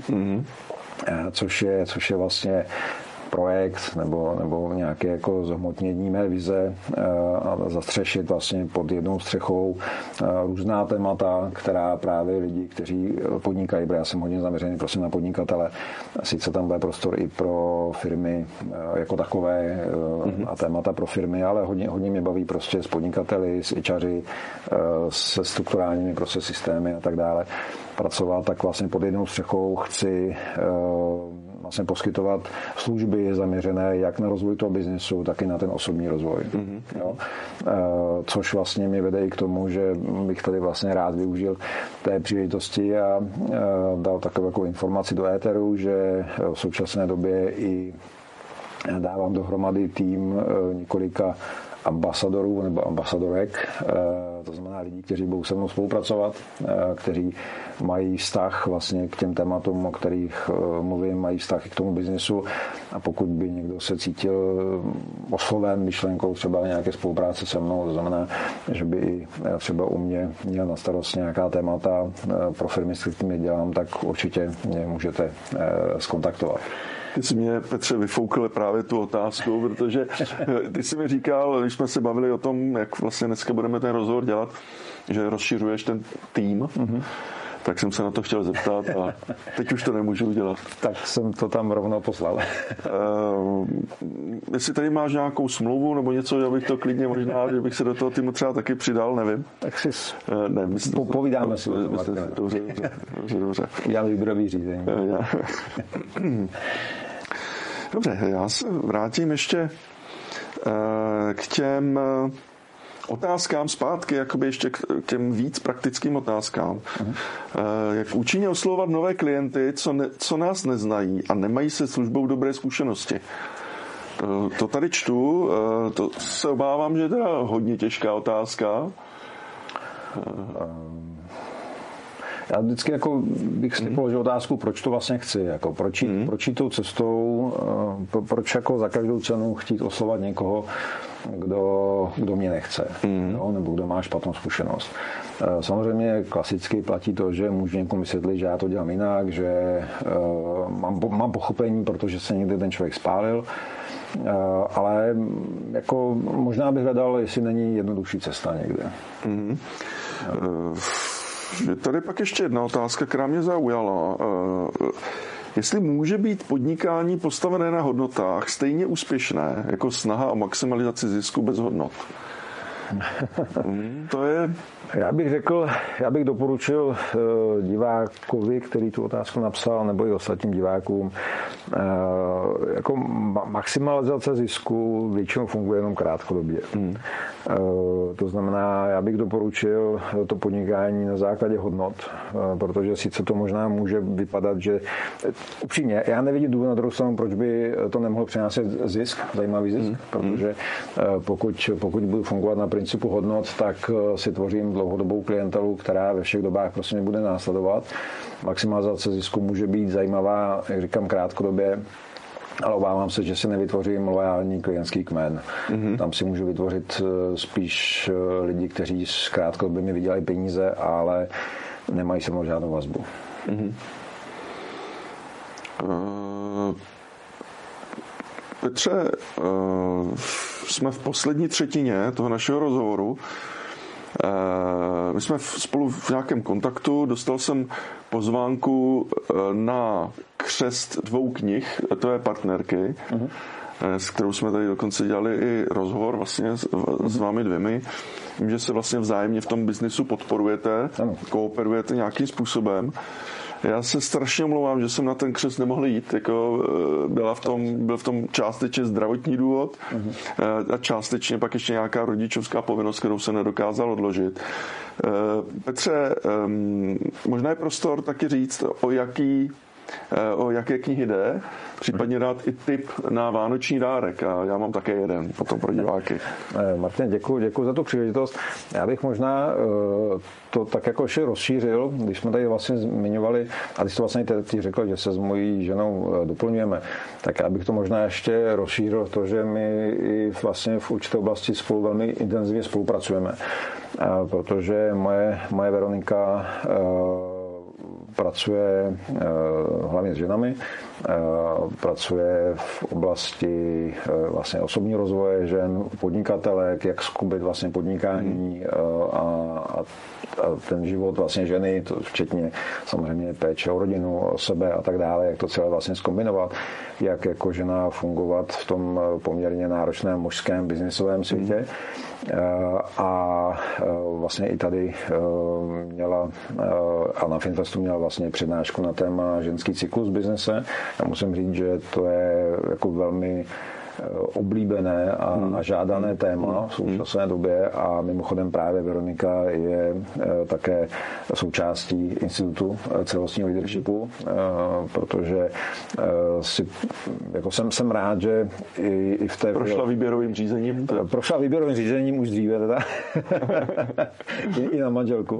což je vlastně projekt nebo nějaké jako zhmotnění mé vize a zastřešit vlastně pod jednou střechou různá témata, která právě lidi, kteří podnikají, protože já jsem hodně zaměřený prostě na podnikatele, sice tam bude prostor i pro firmy jako takové a témata pro firmy, ale hodně mě baví prostě s podnikateli, s HRy, se strukturálními prostě systémy a tak dále pracovat, tak vlastně pod jednou střechou chci vlastně poskytovat služby zaměřené jak na rozvoj toho biznesu, tak i na ten osobní rozvoj. Jo? Což vlastně mě vede i k tomu, že bych tady vlastně rád využil té příležitosti a dal takovou informaci do éteru, že v současné době i dávám dohromady tým několika ambasadorů nebo ambasadorek, to znamená lidí, kteří budou se mnou spolupracovat, kteří mají vztah vlastně k těm tématům, o kterých mluvím, mají vztah i k tomu biznesu, a pokud by někdo se cítil osloven myšlenkou třeba nějaké spolupráce se mnou, to znamená, že by i třeba u mě měl na starost nějaká témata pro firmy, s kterými dělám, tak určitě mě můžete skontaktovat. Ty jsi mě, Petře, vyfoukl právě tu otázku, protože ty jsi mi říkal, když jsme se bavili o tom, jak vlastně dneska budeme ten rozhovor dělat, že rozšiřuješ ten tým, tak jsem se na to chtěl zeptat a teď už to nemůžu udělat. Tak jsem to tam rovnou poslal. Jestli tady máš nějakou smlouvu nebo něco, já bych to klidně možná, že bych se do toho týmu třeba taky přidal, nevím. Tak si povídáme si. Dobře. Uděláme výběrový řízení. Dobře, já se vrátím ještě k těm otázkám zpátky, jakoby ještě k těm víc praktickým otázkám. Jak účinně oslovovat nové klienty, co nás neznají a nemají se službou dobré zkušenosti. To tady čtu, to se obávám, že je teda hodně těžká otázka. Já vždycky jako bych si položil otázku, proč to vlastně chci, jako proč jít tou cestou, proč jako za každou cenu chtít oslovat někoho, kdo mě nechce, jo, nebo kdo má špatnou zkušenost. Samozřejmě klasicky platí to, že můžu někomu vysvětlit, že já to dělám jinak, že mám pochopení, protože se někdy ten člověk spálil, ale jako možná bych hledal, jestli není jednodušší cesta někde. Je tady pak ještě jedna otázka, která mě zaujala. Jestli může být podnikání postavené na hodnotách stejně úspěšné jako snaha o maximalizaci zisku bez hodnot? To je... Já bych doporučil divákovi, který tu otázku napsal, nebo i ostatním divákům, jako maximalizace zisku většinou funguje jenom krátkodobě. To znamená, já bych doporučil to podnikání na základě hodnot, protože sice to možná může vypadat, že upřímně, já nevidím důvod na druhou stranu, proč by to nemohlo přinášet zisk, zajímavý zisk, protože pokud budu fungovat na principu hodnot, tak si tvořím dlouhodobou klientelu, která ve všech dobách prostě nebude následovat. Maximalizace zisku může být zajímavá, jak říkám, krátkodobě, ale obávám se, že si nevytvořím loajální klientský kmen. Tam si můžu vytvořit spíš lidi, kteří z krátkodobě mi vydělají peníze, ale nemají se mnou žádnou vazbu. Petře, jsme v poslední třetině toho našeho rozhovoru. My jsme spolu v nějakém kontaktu, dostal jsem pozvánku na křest 2 knih tvé partnerky, s kterou jsme tady dokonce dělali i rozhovor vlastně s vámi dvěmi. Vím, že se vlastně vzájemně v tom biznisu podporujete, kooperujete nějakým způsobem. Já se strašně omlouvám, že jsem na ten křest nemohl jít. Jako byl v tom částečně zdravotní důvod a částečně pak ještě nějaká rodičovská povinnost, kterou jsem nedokázal odložit. Petře, možná je prostor taky říct, o jaké knihy jde, případně dát i tip na vánoční dárek. A já mám také jeden potom pro diváky. Martin, děkuji za tu příležitost. Já bych možná to tak jako ještě rozšířil, když jsme tady vlastně zmiňovali, a když to vlastně ty řekl, že se s mojí ženou doplňujeme, tak já bych to možná ještě rozšířil to, že my i vlastně v určité oblasti spolu velmi intenzivně spolupracujeme. Protože moje Veronika pracuje hlavně s ženami, pracuje v oblasti vlastně osobního rozvoje žen, podnikatelek, jak zkubit vlastně podnikání a ten život vlastně ženy, to včetně samozřejmě péče o rodinu, o sebe a tak dále, jak to celé vlastně zkombinovat, jak jako žena fungovat v tom poměrně náročném mužském biznisovém světě. A vlastně i tady měla a na Finfestu měla vlastně přednášku na téma ženský cyklus biznise. Já musím říct, že to je jako velmi oblíbené a žádané téma v současné době a mimochodem právě Veronika je také součástí Institutu celostního leadershipu, protože jako jsem rád, že i v té... Prošla výběrovým řízením? Prošla výběrovým řízením už dříve teda. I na manželku.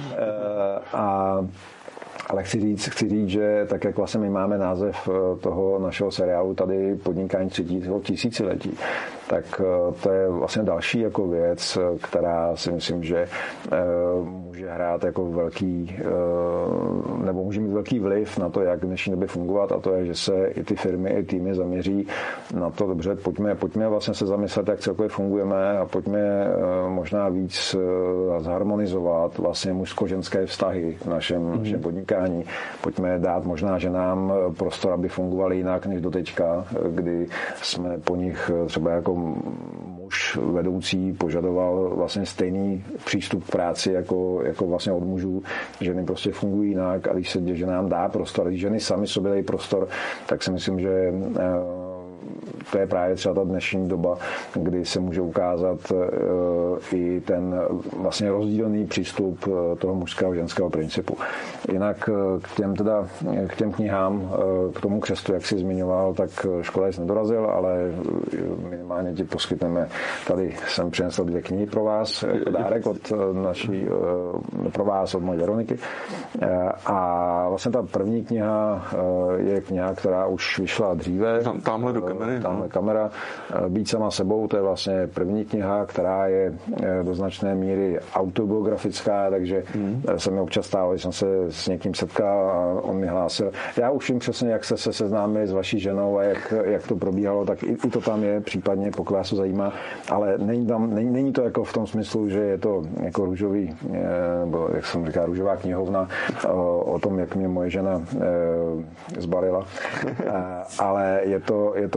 Ale chci říct, že tak, jak vlastně my máme název toho našeho seriálu tady Podnikání 3. tisíciletí, tak to je vlastně další jako věc, která si myslím, že může hrát jako velký, nebo může mít velký vliv na to, jak v dnešní době fungovat, a to je, že se i ty firmy, i týmy zaměří na to, dobře, pojďme vlastně se zamyslet, jak celkově fungujeme a pojďme možná víc zharmonizovat vlastně mužsko-ženské vztahy v našem podnikání. Pojďme dát možná ženám prostor, aby fungovaly jinak než doteďka, kdy jsme po nich třeba jako muž vedoucí požadoval vlastně stejný přístup k práci jako vlastně od mužů. Ženy prostě fungují jinak a když se ženám dá prostor, když ženy sami sobě dají prostor, tak si myslím, že to je právě třeba ta dnešní doba, kdy se může ukázat i ten vlastně rozdílný přístup toho mužského a ženského principu. Jinak k těm knihám, k tomu křestu, jak jsi zmiňoval, tak škoda jsi nedorazil, ale minimálně ti poskytneme. Tady jsem přinesl 2 knihy pro vás, jako dárek pro vás, od mojí Veroniky. A vlastně ta první kniha je kniha, která už vyšla dříve. Tamhle do kamery. Tamhle kamera. Být sama sebou, to je vlastně první kniha, která je do značné míry autobiografická, takže se mi občas stalo, že jsem se s někým setkal a on mi hlásil. Já už vím přesně, jak se seznámili s vaší ženou a jak to probíhalo, tak i to tam je, případně pokud vás to zajímá, ale není to jako v tom smyslu, že je to jako růžový, nebo jak jsem říkal, růžová knihovna o tom, jak mě moje žena zbalila, ale je to, já bych řekl,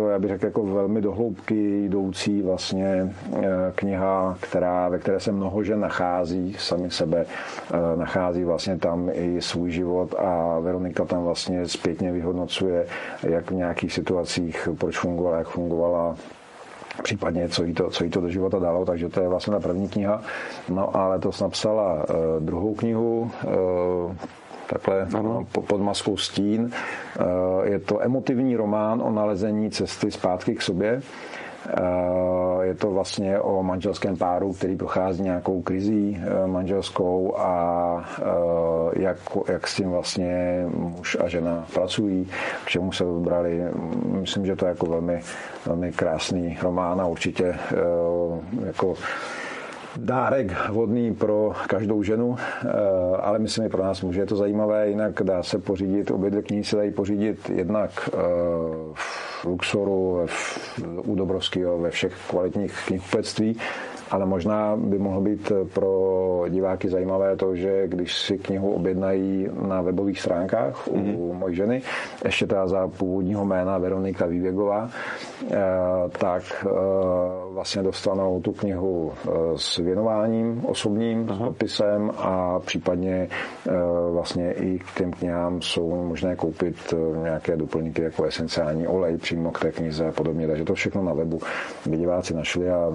jako velmi dohloubky jdoucí vlastně kniha, ve které se mnoho žen nachází, sami sebe nachází vlastně tam i svůj život a Veronika tam vlastně zpětně vyhodnocuje, jak v nějakých situacích, proč fungovala, jak fungovala, případně co jí to do života dalo, takže to je vlastně ta první kniha. No a letos napsala druhou knihu, takhle pod maskou Stín. Je to emotivní román o nalezení cesty zpátky k sobě. Je to vlastně o manželském páru, který prochází nějakou krizí manželskou a jak s tím vlastně muž a žena pracují, k čemu se vybrali. Myslím, že to je jako velmi, velmi krásný román a určitě jako dárek vhodný pro každou ženu, ale myslím, že pro nás muže je to zajímavé, jinak dá se pořídit, obě dvě knihy se dají pořídit jednak v Luxoru, u Dobrovského, ve všech kvalitních knihkupectví, ale možná by mohlo být pro diváky zajímavé to, že když si knihu objednají na webových stránkách u mojí ženy, ještě teda za původního jména Veronika Vývěgová, tak vlastně dostanou tu knihu s věnováním osobním, s podpisem a případně vlastně i k těm knihám jsou možné koupit nějaké doplňky jako esenciální olej přímo k té knize a podobně, takže to všechno na webu by diváci našli a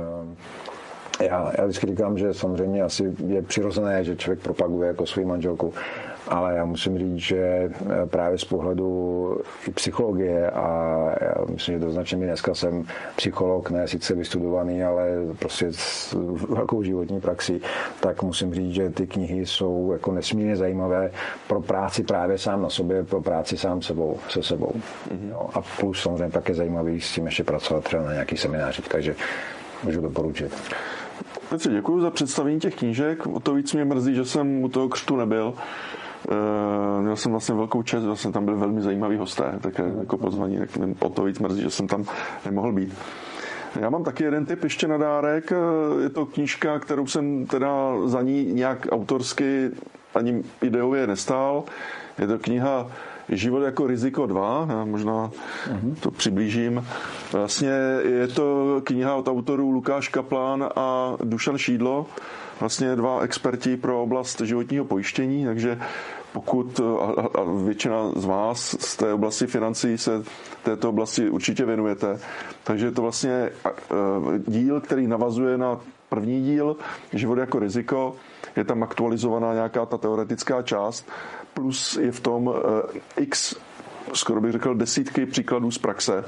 já vždycky říkám, že samozřejmě asi je přirozené, že člověk propaguje jako svou manželku, ale já musím říct, že právě z pohledu i psychologie a já myslím, že do značné míry dneska jsem psycholog, ne sice vystudovaný, ale prostě s velkou životní praxí, tak musím říct, že ty knihy jsou jako nesmírně zajímavé pro práci právě sám na sobě, pro práci sám se sebou. Jo, a plus samozřejmě také zajímavý s tím ještě pracovat třeba na nějakých seminářích, takže můžu doporučit. Petře, děkuji za představení těch knížek. O to víc mě mrzí, že jsem u toho křtu nebyl. Měl jsem vlastně velkou čest, vlastně tam byli velmi zajímaví hosté, také jako pozvaní, tak o to víc mrzí, že jsem tam nemohl být. Já mám taky jeden tip ještě na dárek. Je to knížka, kterou jsem teda za ní nějak autorsky ani ideově nestál. Je to kniha Život jako riziko 2, já možná to přiblížím. Vlastně je to kniha od autorů Lukáš Kaplán a Dušan Šídlo, vlastně dva experti pro oblast životního pojištění, takže pokud a většina z vás z té oblasti financí se této oblasti určitě věnujete, takže je to vlastně díl, který navazuje na první díl Život jako riziko, je tam aktualizovaná nějaká ta teoretická část, plus je v tom skoro bych řekl desítky příkladů z praxe,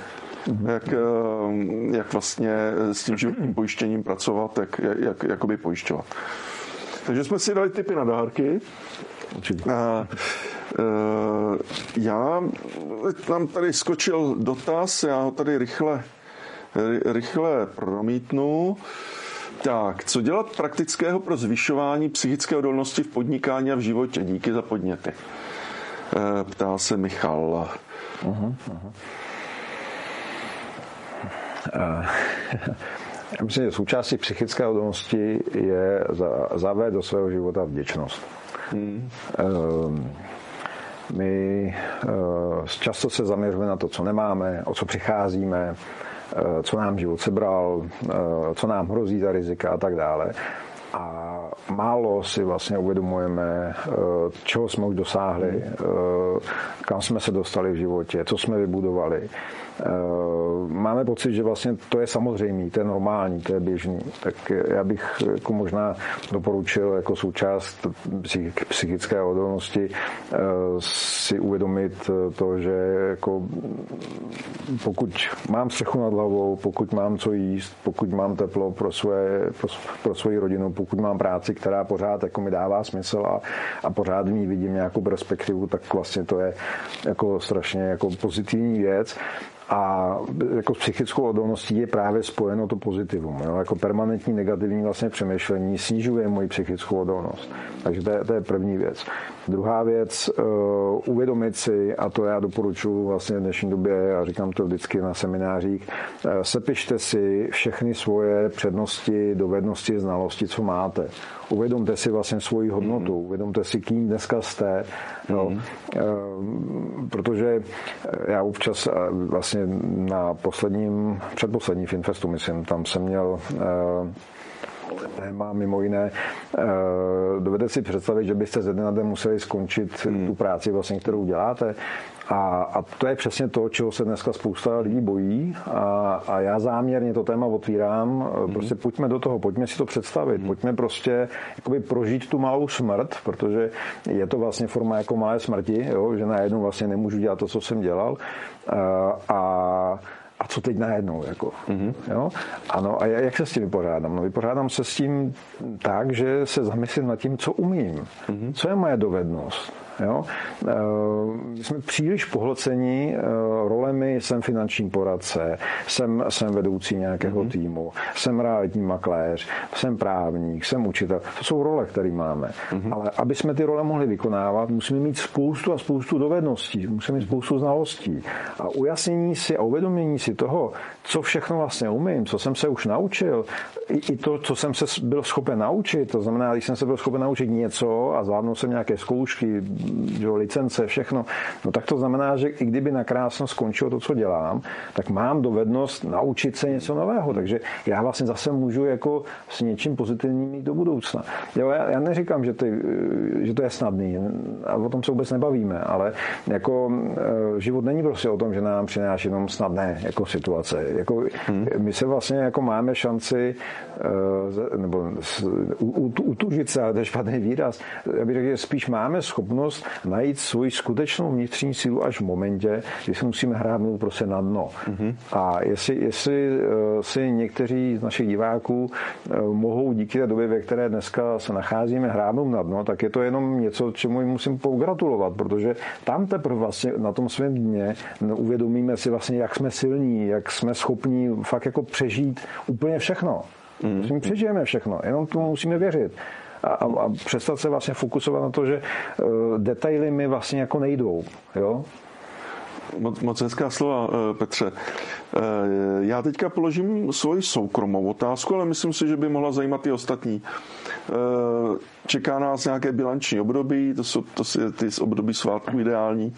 jak vlastně s tím životním pojištěním pracovat, jak jakoby pojišťovat. Takže jsme si dali tipy na dárky. Já nám tady skočil dotaz, já ho tady rychle promítnu. Tak, co dělat praktického pro zvyšování psychické odolnosti v podnikání a v životě? Díky za podněty. Ptá se Michal. Já myslím, že součástí psychické odolnosti je zavést do svého života vděčnost. My často se zaměřujeme na to, co nemáme, o co přicházíme, co nám život sebral, co nám hrozí za rizika a tak dále. A málo si vlastně uvědomujeme, čeho jsme už dosáhli, kam jsme se dostali v životě, co jsme vybudovali. Máme pocit, že vlastně to je samozřejmé, to je normální, to je běžný. Tak já bych jako možná doporučil jako součást psychické odolnosti si uvědomit to, že jako pokud mám střechu nad hlavou, pokud mám co jíst, pokud mám teplo pro svoji rodinu, pokud mám práci, která pořád jako mi dává smysl a pořád v ní vidím nějakou perspektivu, tak vlastně to je jako strašně jako pozitivní věc. A jako s psychickou odolností je právě spojeno to pozitivum. Jo? Jako permanentní negativní vlastně přemýšlení snižuje moji psychickou odolnost. Takže to je první věc. Druhá věc, uvědomit si, a to já doporučuji vlastně v dnešní době, a říkám to vždycky na seminářích, sepište si všechny svoje přednosti, dovednosti, znalosti, co máte. Uvědomte si vlastně svoji hodnotu, uvědomte si, kým dneska jste, no. Protože já občas vlastně vlastně na předposlední Finfestu, myslím, tam jsem měl téma mimo jiné. Dovedete si představit, že byste ze dne na den museli skončit tu práci, vlastně, kterou děláte. A to je přesně to, čeho se dneska spousta lidí bojí. A já záměrně to téma otvírám. Prostě pojďme do toho, pojďme si to představit. Pojďme prostě jakoby prožít tu malou smrt, protože je to vlastně forma jako malé smrti, jo? Že najednou vlastně nemůžu dělat to, co jsem dělal. A co teď najednou? Jako, jo? Ano, a jak se s tím vypořádám? No, vypořádám se s tím tak, že se zamyslím nad tím, co umím. Co je moje dovednost? Jo? Jsme příliš pohlceni rolemi, jsem finanční poradce, jsem vedoucí nějakého týmu, jsem realitní makléř, jsem právník, jsem učitel. To jsou role, které máme. Ale aby jsme ty role mohli vykonávat, musíme mít spoustu dovedností, musíme mít spoustu znalostí. A ujasnění si a uvědomění si toho, co všechno vlastně umím, co jsem se už naučil, i to, co jsem se byl schopen naučit, to znamená, když jsem se byl schopen naučit něco a zvládnul jsem nějaké zkoušky, licence, všechno, no tak to znamená, že i kdyby nakrásno skončilo to, co dělám, tak mám dovednost naučit se něco nového, takže já vlastně zase můžu jako s něčím pozitivním jít do budoucna. Jo, já neříkám, že to je snadný a o tom se vůbec nebavíme, ale jako život není prostě o tom, že nám přináší jenom snadné jako situace. Jako my se vlastně jako máme šanci nebo utužit se, ale to je špatný výraz. Já bych řekl, že spíš máme schopnost najít svoji skutečnou vnitřní sílu až v momentě, kdy se musíme hrábnout prostě na dno. A jestli si někteří z našich diváků mohou díky té době, ve které dneska se nacházíme, hrábnout na dno, tak je to jenom něco, čemu jim musím pogratulovat, protože tam teprve vlastně na tom svém dně uvědomíme si vlastně, jak jsme silní, jak jsme schopní fakt jako přežít úplně všechno. My přežijeme všechno, jenom tomu musíme věřit. A přestat se vlastně fokusovat na to, že detaily mi vlastně jako nejdou. Jo? Moc hezká slova, Petře. Já teďka položím svoji soukromou otázku, ale myslím si, že by mohla zajímat i ostatní. Čeká nás nějaké bilanční období, to jsou ty z období svátků ideální.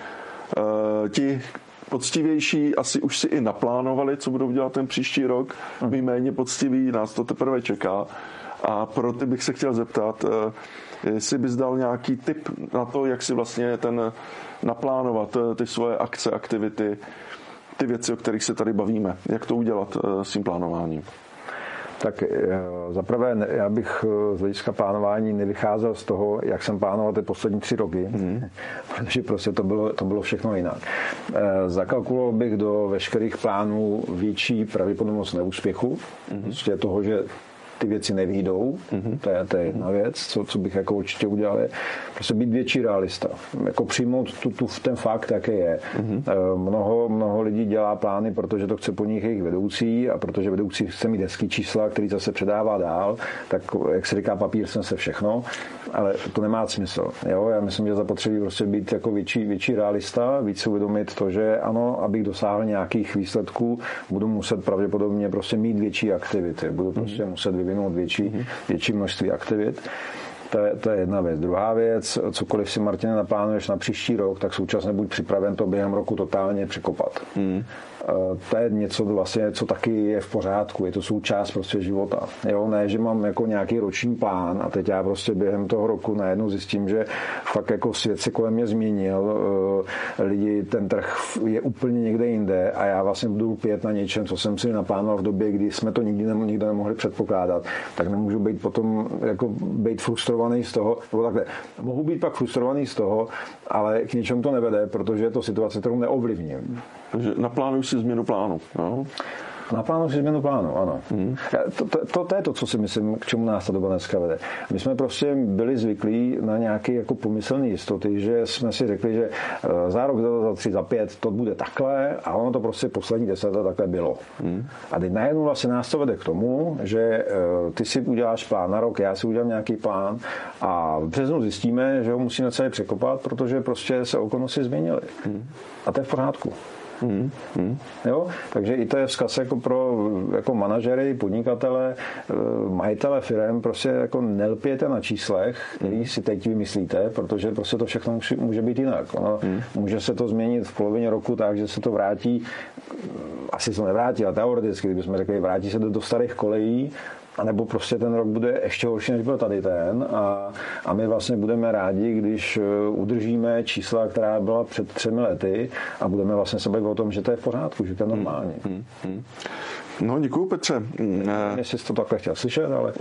Ti poctivější asi už si i naplánovali, co budou dělat ten příští rok. My méně poctiví, nás to teprve čeká. A pro ty bych se chtěl zeptat, jestli bys dal nějaký tip na to, jak si vlastně naplánovat ty svoje akce, aktivity, ty věci, o kterých se tady bavíme. Jak to udělat s tím plánováním? Tak zaprvé já bych z hlediska plánování nevycházel z toho, jak jsem plánoval ty poslední 3 roky, protože prostě to bylo všechno jinak. Zakalkuloval bych do veškerých plánů větší pravděpodobnost neúspěchu, prostě toho, že ty věci nevyjdou, to je jedna věc, co bych jako určitě udělal, je prostě být větší realista. Jako přijmout ten fakt, jaký je. Mnoho lidí dělá plány, protože to chce po nich jejich vedoucí a protože vedoucí chce mít hezký čísla, který zase předává dál, tak jak se říká, papír snese všechno, ale to nemá smysl. Jo? Já myslím, že zapotřebí prostě být jako větší realista, víc si uvědomit to, že ano, abych dosáhl nějakých výsledků, budu muset pravděpodobně prostě mít větší aktivity, budu prostě muset vyvinout větší množství aktivit. To je jedna věc. Druhá věc, cokoliv si, Martine, naplánuješ na příští rok, tak současně buď připraven to během roku totálně překopat. To je něco vlastně, co taky je v pořádku, je to součást prostě života. Jo, ne, že mám jako nějaký roční plán a teď já prostě během toho roku najednou zjistím, že fakt jako svět se kolem mě změnil, lidi, ten trh je úplně někde jinde a já vlastně budu lpět na něčem, co jsem si naplánoval v době, kdy jsme to nikdy nemohli předpokládat, tak nemůžu být potom jako být frustrovaný z toho, nebo takhle, mohu být pak frustrovaný z toho, ale k ničemu to nevede, protože je to situace, kterou neovlivním. Takže naplánuj si změnu plánu. No? Naplánuj si změnu plánu, ano. To je to, co si myslím, k čemu nás ta doba dneska vede. My jsme prostě byli zvyklí na nějaké jako pomyslné jistoty, že jsme si řekli, že za rok, za 3, za 5 to bude takhle a ono to prostě poslední 10 let takhle bylo. A teď najednou vlastně nás to vede k tomu, že ty si uděláš plán na rok, já si udělám nějaký plán a v březnu zjistíme, že ho musíme celý překopat, protože prostě se okolnosti změnily. A to je v pořádku. Jo? Takže i to je vzkaz jako pro jako manažery, podnikatele, majitele firem, prostě jako nelpějte na číslech, který si teď vymyslíte, protože prostě to všechno může být jinak. Může se to změnit v polovině roku tak, že se to vrátí, asi se nevrátí, ale teoreticky, kdybychom řekli, vrátí se do starých kolejí, anebo prostě ten rok bude ještě horší, než byl tady ten a my vlastně budeme rádi, když udržíme čísla, která byla před 3 lety a budeme vlastně se bavit o tom, že to je v pořádku, že to je normální. No, děkuju, Petře. Jestli jsi to takhle chtěl slyšet, ale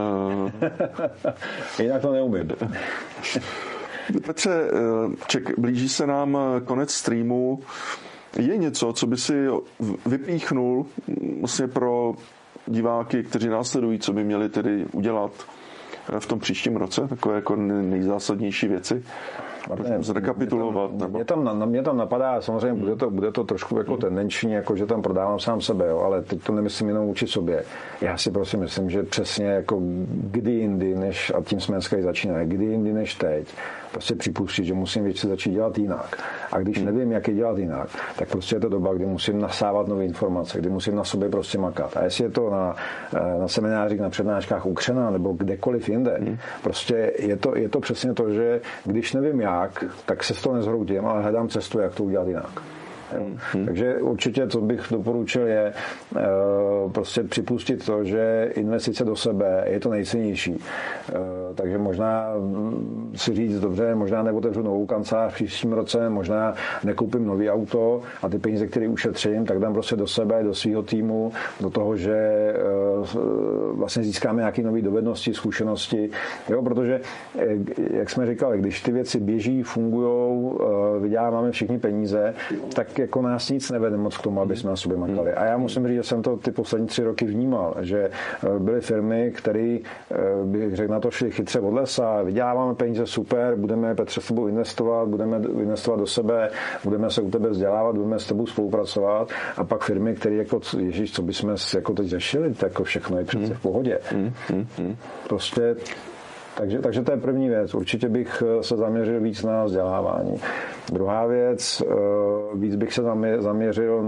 jinak to neumím. Petře, blíží se nám konec streamu. Je něco, co by si vypíchnul vlastně pro diváky, kteří následují, co by měli tedy udělat v tom příštím roce, takové jako nejzásadnější věci? Zrekapitulovat. Mě tam napadá, samozřejmě bude to trošku jako tendenční, jako že tam prodávám sám sebe, jo, ale teď to nemyslím jenom vůči sobě. Já si prostě myslím, že přesně jako kdy jindy, než, a tím jsme dneska i začínali, kdy jindy než teď, prostě připustit, že musím věci začít dělat jinak. A když nevím, jak je dělat jinak, tak prostě je to doba, kdy musím nasávat nové informace, kdy musím na sobě prostě makat. A jestli je to na seminářích, na přednáškách u Křena nebo kdekoliv jinde, prostě je to přesně to, že když nevím jak, tak se z toho nezhroutím, ale hledám cestu, jak to udělat jinak. Takže určitě, co bych doporučil, je prostě připustit to, že investice do sebe je to nejcennější. Takže možná si říct, dobře, možná neotevřu novou kancelář v příštím roce, možná nekoupím nový auto a ty peníze, které ušetřím, tak dám prostě do sebe, do svého týmu, do toho, že vlastně získáme nějaké nové dovednosti, zkušenosti. Jo, protože, jak jsme říkali, když ty věci běží, fungujou, vyděláváme všichni peníze, tak jako nás nic nevede moc k tomu, aby jsme na sobě makali. A já musím říct, že jsem to ty poslední 3 roky vnímal, že byly firmy, které, bych řekl, na to šli chytře od lesa, vyděláváme peníze, super, budeme, Petře, s tebou investovat, budeme investovat do sebe, budeme se u tebe vzdělávat, budeme s tebou spolupracovat, a pak firmy, které jako, ježíš, co bychom jako teď řešili, tak jako všechno je přece v pohodě. Prostě takže to je první věc. Určitě bych se zaměřil víc na vzdělávání. Druhá věc, víc bych se zaměřil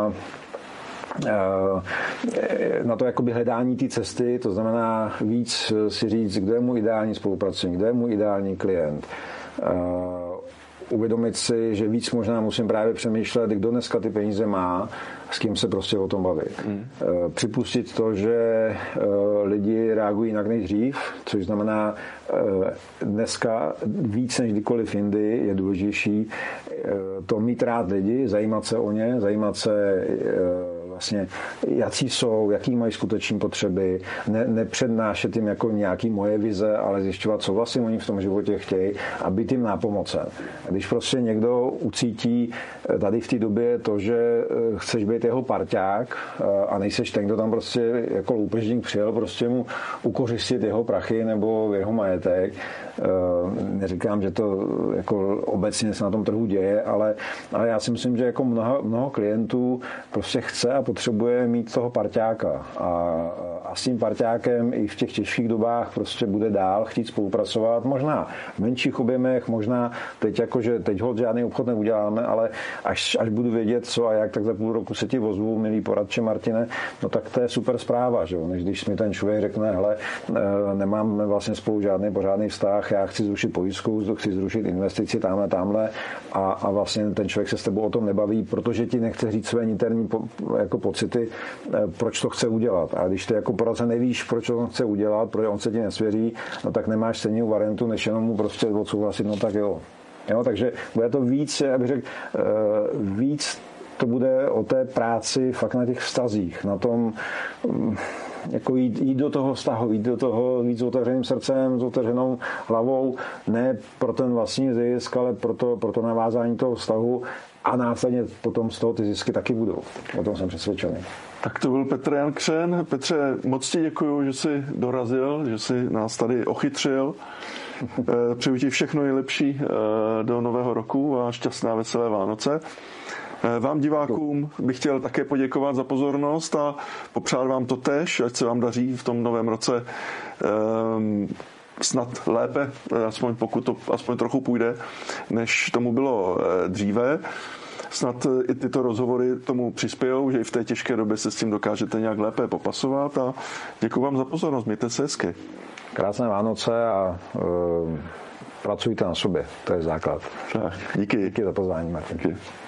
na to jakoby hledání té cesty, to znamená víc si říct, kdo je můj ideální spolupracovník, kdo je můj ideální klient. Uvědomit si, že víc možná musím právě přemýšlet, kdo dneska ty peníze má, s kým se prostě o tom bavit. Připustit to, že lidi reagují jinak než dřív, což znamená dneska víc než kdykoliv jindy je důležitější to mít rád lidi, zajímat se o ně, zajímat se vlastně, jaký jsou, jaký mají skuteční potřeby, nepřednášet jim jako nějaký moje vize, ale zjišťovat, co vlastně oni v tom životě chtějí a být jim nápomocen. Když prostě někdo ucítí tady v té době to, že chceš být jeho parťák a nejseš ten, kdo tam prostě jako loupežník přijel prostě mu ukořistit jeho prachy nebo jeho majetek. Neříkám, že to jako obecně se na tom trhu děje, ale já si myslím, že jako mnoho klientů prostě chce a potřebuje mít toho parťáka a s tím parťákem i v těch těžkých dobách prostě bude dál chtít spolupracovat, možná v menších objemech, možná teď jakože teď žádný obchod neuděláme, ale až budu vědět co a jak, tak za půl roku se ti ozvu, milý poradče Martine, no tak to je super zpráva, že jo, než když mi ten člověk řekne, hele, nemáme vlastně spolu žádný pořádný vztah, já chci zrušit pojistku, chci zrušit investici tamhle a vlastně ten člověk se s tebou o tom nebaví, protože ti nechce říct své interní jako pocity, proč to chce udělat. A když ty jako poradce nevíš, proč to chce udělat, protože on se ti nesvěří, no tak nemáš stejnou variantu, než jenom mu prostě odsouhlasit, no tak jo. Takže bude to víc, já bych řekl, víc to bude o té práci fakt na těch vztazích, na tom jako jít do toho vztahu, jít do toho víc s otevřeným srdcem, s otevřenou hlavou, ne pro ten vlastní zisk, ale pro to navázání toho vztahu a následně potom z toho ty zisky taky budou. O tom jsem přesvědčený. Tak to byl Petr Jan Křen. Petře, moc ti děkuju, že jsi dorazil, že jsi nás tady ochytřil. Přeju ti všechno nejlepší do nového roku a šťastná veselé Vánoce. Vám divákům bych chtěl také poděkovat za pozornost a popřát vám to též, ať se vám daří v tom novém roce snad lépe, aspoň pokud to aspoň trochu půjde, než tomu bylo dříve. snad i tyto rozhovory tomu přispějou, že i v té těžké době se s tím dokážete nějak lépe popasovat a děkuji vám za pozornost, mějte se hezky. Krásné Vánoce a pracujte na sobě, to je základ. Tak, díky. Díky za pozvání, Martin. Díky.